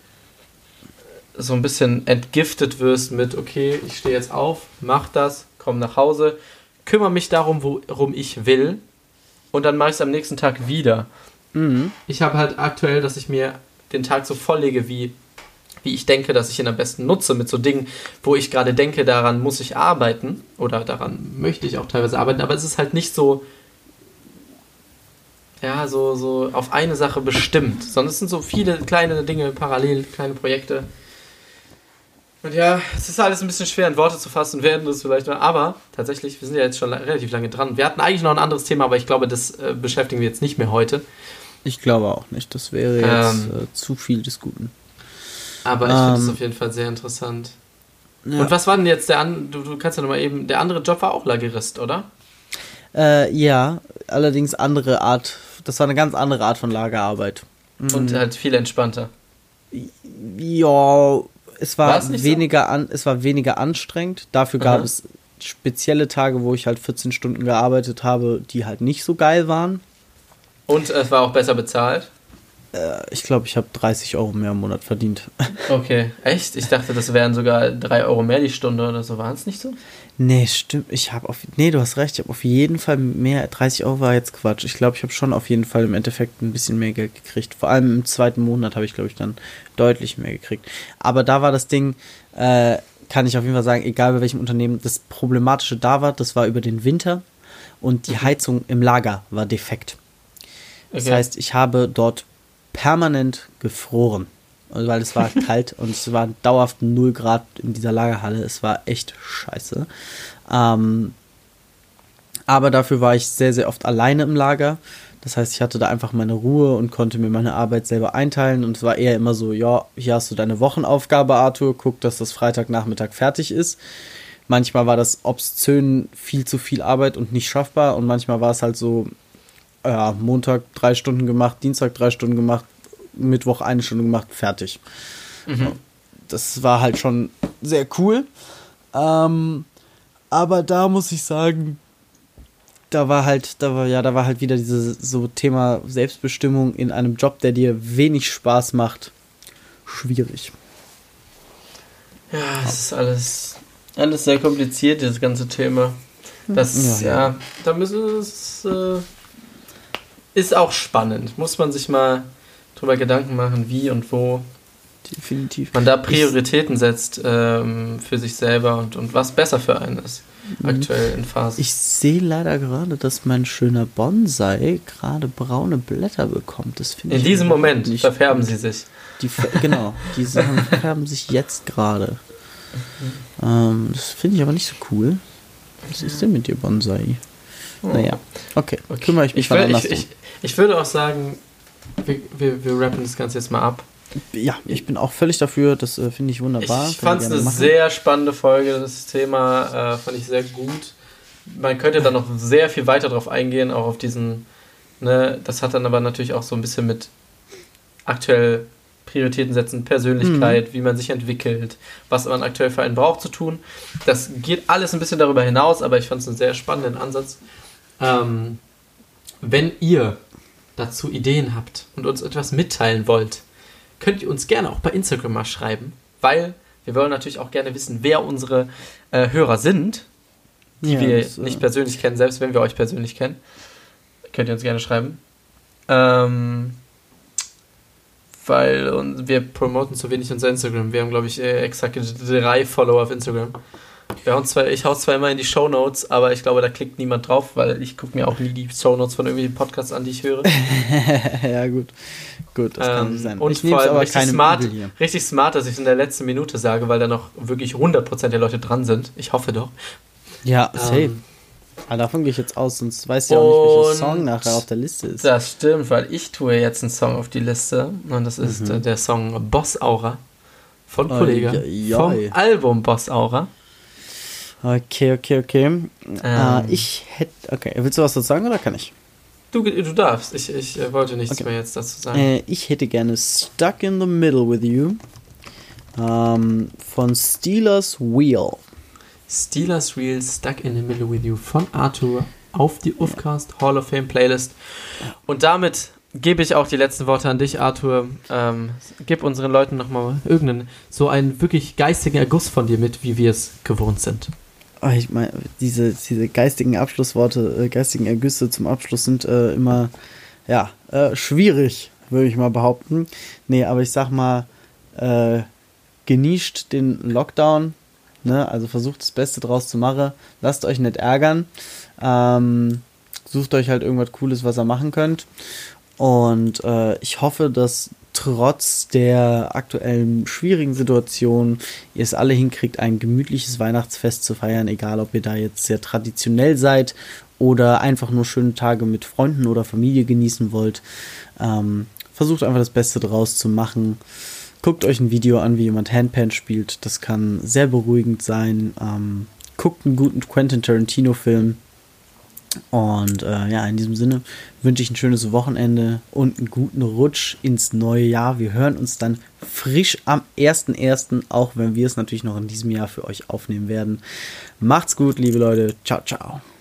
[SPEAKER 1] so ein bisschen entgiftet wirst mit, okay, ich stehe jetzt auf, mach das, komm nach Hause, kümmere mich darum, worum ich will und dann mache ich es am nächsten Tag wieder.
[SPEAKER 2] Mhm.
[SPEAKER 1] Ich habe halt aktuell, dass ich mir den Tag so volllege, wie wie ich denke, dass ich ihn am besten nutze, mit so Dingen, wo ich gerade denke, daran muss ich arbeiten oder daran möchte ich auch teilweise arbeiten, aber es ist halt nicht so, ja, so, so auf eine Sache bestimmt, sondern es sind so viele kleine Dinge parallel, kleine Projekte. Und ja, es ist alles ein bisschen schwer in Worte zu fassen, werden das vielleicht mal, aber tatsächlich, wir sind ja jetzt schon relativ lange dran. Wir hatten eigentlich noch ein anderes Thema, aber ich glaube, das äh, beschäftigen wir jetzt nicht mehr heute.
[SPEAKER 2] Ich glaube auch nicht, das wäre jetzt
[SPEAKER 1] ähm,
[SPEAKER 2] äh, zu viel des Guten.
[SPEAKER 1] Aber ich ähm, finde es auf jeden Fall sehr interessant. Ja. Und was war denn jetzt der andere, du, du kannst ja nochmal eben, der andere Job war auch Lagerist, oder?
[SPEAKER 2] Äh, ja, allerdings andere Art, das war eine ganz andere Art von Lagerarbeit.
[SPEAKER 1] Und mhm. halt viel entspannter.
[SPEAKER 2] Ja, es war,
[SPEAKER 1] war
[SPEAKER 2] weniger
[SPEAKER 1] so?
[SPEAKER 2] an, es war weniger anstrengend, dafür gab Aha. es spezielle Tage, wo ich halt vierzehn Stunden gearbeitet habe, die halt nicht so geil waren.
[SPEAKER 1] Und es war auch besser bezahlt?
[SPEAKER 2] Ich glaube, ich habe dreißig Euro mehr im Monat verdient.
[SPEAKER 1] Okay, echt? Ich dachte, das wären sogar drei Euro mehr die Stunde oder so. War es nicht so?
[SPEAKER 2] Nee, stimmt. Ich habe auf... Nee, du hast recht. Ich habe auf jeden Fall mehr... dreißig Euro war jetzt Quatsch. Ich glaube, ich habe schon auf jeden Fall im Endeffekt ein bisschen mehr Geld gekriegt. Vor allem im zweiten Monat habe ich, glaube ich, dann deutlich mehr gekriegt. Aber da war das Ding, äh, kann ich auf jeden Fall sagen, egal bei welchem Unternehmen, das Problematische da war, das war über den Winter und die mhm. Heizung im Lager war defekt. Okay. Das heißt, ich habe dort permanent gefroren, also weil es war kalt und es war dauerhaft null Grad in dieser Lagerhalle. Es war echt scheiße. Ähm, aber dafür war ich sehr, sehr oft alleine im Lager. Das heißt, ich hatte da einfach meine Ruhe und konnte mir meine Arbeit selber einteilen. Und es war eher immer so, ja, hier hast du deine Wochenaufgabe, Arthur. Guck, dass das Freitagnachmittag fertig ist. Manchmal war das obszön viel zu viel Arbeit und nicht schaffbar. Und manchmal war es halt so, ja, Montag drei Stunden gemacht, Dienstag drei Stunden gemacht, Mittwoch eine Stunde gemacht, fertig. Mhm. Das war halt schon sehr cool. Ähm, aber da muss ich sagen, da war halt, da war ja, da war halt wieder dieses so Thema Selbstbestimmung in einem Job, der dir wenig Spaß macht, schwierig.
[SPEAKER 1] Ja, es ist alles, alles sehr kompliziert, das ganze Thema. Das, ja, ja, ja da müssen wir es, äh, ist auch spannend. Muss man sich mal drüber Gedanken machen, wie und wo
[SPEAKER 2] definitiv
[SPEAKER 1] man da Prioritäten ich, setzt ähm, für sich selber und, und was besser für einen ist, aktuell in Phasen.
[SPEAKER 2] Ich sehe leider gerade, dass mein schöner Bonsai gerade braune Blätter bekommt. Das finde
[SPEAKER 1] ich in diesem Moment verfärben gut. sie sich.
[SPEAKER 2] Die, genau, die verfärben sich jetzt gerade. Mhm. Ähm, das finde ich aber nicht so cool. Was ist denn mit dir, Bonsai? Oh. Naja, okay.
[SPEAKER 1] okay.
[SPEAKER 2] Kümmere ich mich
[SPEAKER 1] ich, will,
[SPEAKER 2] anders
[SPEAKER 1] ich, ich, ich würde auch sagen, wir, wir, wir rappen das Ganze jetzt mal ab.
[SPEAKER 2] Ja, ich bin auch völlig dafür. Das äh, finde ich wunderbar.
[SPEAKER 1] Ich fand es eine machen. sehr spannende Folge. Das Thema äh, fand ich sehr gut. Man könnte da noch sehr viel weiter drauf eingehen, auch auf diesen, ne, das hat dann aber natürlich auch so ein bisschen mit aktuell Prioritäten setzen, Persönlichkeit, mhm. wie man sich entwickelt, was man aktuell für einen braucht zu tun. Das geht alles ein bisschen darüber hinaus, aber ich fand es einen sehr spannenden Ansatz. Ähm, wenn ihr dazu Ideen habt und uns etwas mitteilen wollt, könnt ihr uns gerne auch bei Instagram mal schreiben, weil wir wollen natürlich auch gerne wissen, wer unsere äh, Hörer sind, die ja, wir das, nicht äh persönlich kennen, selbst wenn wir euch persönlich kennen. Könnt ihr uns gerne schreiben. Ähm, weil und wir promoten zu wenig unser Instagram. Wir haben, glaube ich, exakt drei Follower auf Instagram. Wir hauen zwar, ich hau zwar immer in die Shownotes, aber ich glaube, da klickt niemand drauf, weil ich gucke mir auch nie die Shownotes von irgendwelchen Podcasts an, die ich höre.
[SPEAKER 2] Ja, gut. Gut, das ähm, kann nicht sein.
[SPEAKER 1] Und ich vor allem aber richtig, smart, richtig smart, dass ich es in der letzten Minute sage, weil da noch wirklich hundert Prozent der Leute dran sind. Ich hoffe doch.
[SPEAKER 2] Ja, safe. Ähm, aber davon gehe ich jetzt aus, sonst weißt du ja auch nicht, welcher Song nachher auf der Liste ist.
[SPEAKER 1] Das stimmt, weil ich tue jetzt einen Song auf die Liste und das ist mhm. der Song Boss Aura von Kollega oh, ja, ja. vom Album Boss Aura.
[SPEAKER 2] Okay, okay, okay. Ähm, uh, ich hätte... Okay, willst du was dazu sagen oder kann ich?
[SPEAKER 1] Du, du darfst. Ich, ich äh, wollte nichts okay. mehr jetzt dazu sagen.
[SPEAKER 2] Äh, ich hätte gerne Stuck in the Middle with You ähm, von Steelers Wheel.
[SPEAKER 1] Steelers Wheel, Stuck in the Middle with You von Arthur auf die Ufcast Hall of Fame Playlist. Und damit gebe ich auch die letzten Worte an dich, Arthur. Ähm, gib unseren Leuten nochmal irgendeinen, so einen wirklich geistigen Erguss von dir mit, wie wir es gewohnt sind.
[SPEAKER 2] Oh, ich meine, diese, diese geistigen Abschlussworte, äh, geistigen Ergüsse zum Abschluss sind äh, immer, ja, äh, schwierig, würde ich mal behaupten. Nee, aber ich sag mal, äh, genießt den Lockdown, ne? Also versucht das Beste draus zu machen, lasst euch nicht ärgern, ähm, sucht euch halt irgendwas Cooles, was ihr machen könnt. Und äh, ich hoffe, dass trotz der aktuellen schwierigen Situation ihr es alle hinkriegt, ein gemütliches Weihnachtsfest zu feiern, egal ob ihr da jetzt sehr traditionell seid oder einfach nur schöne Tage mit Freunden oder Familie genießen wollt. Ähm, versucht einfach das Beste draus zu machen. Guckt euch ein Video an, wie jemand Handpan spielt. Das kann sehr beruhigend sein. Ähm, guckt einen guten Quentin Tarantino-Film. Und äh, ja, in diesem Sinne wünsche ich ein schönes Wochenende und einen guten Rutsch ins neue Jahr. Wir hören uns dann frisch am ersten ersten, auch wenn wir es natürlich noch in diesem Jahr für euch aufnehmen werden. Macht's gut, liebe Leute. Ciao, ciao.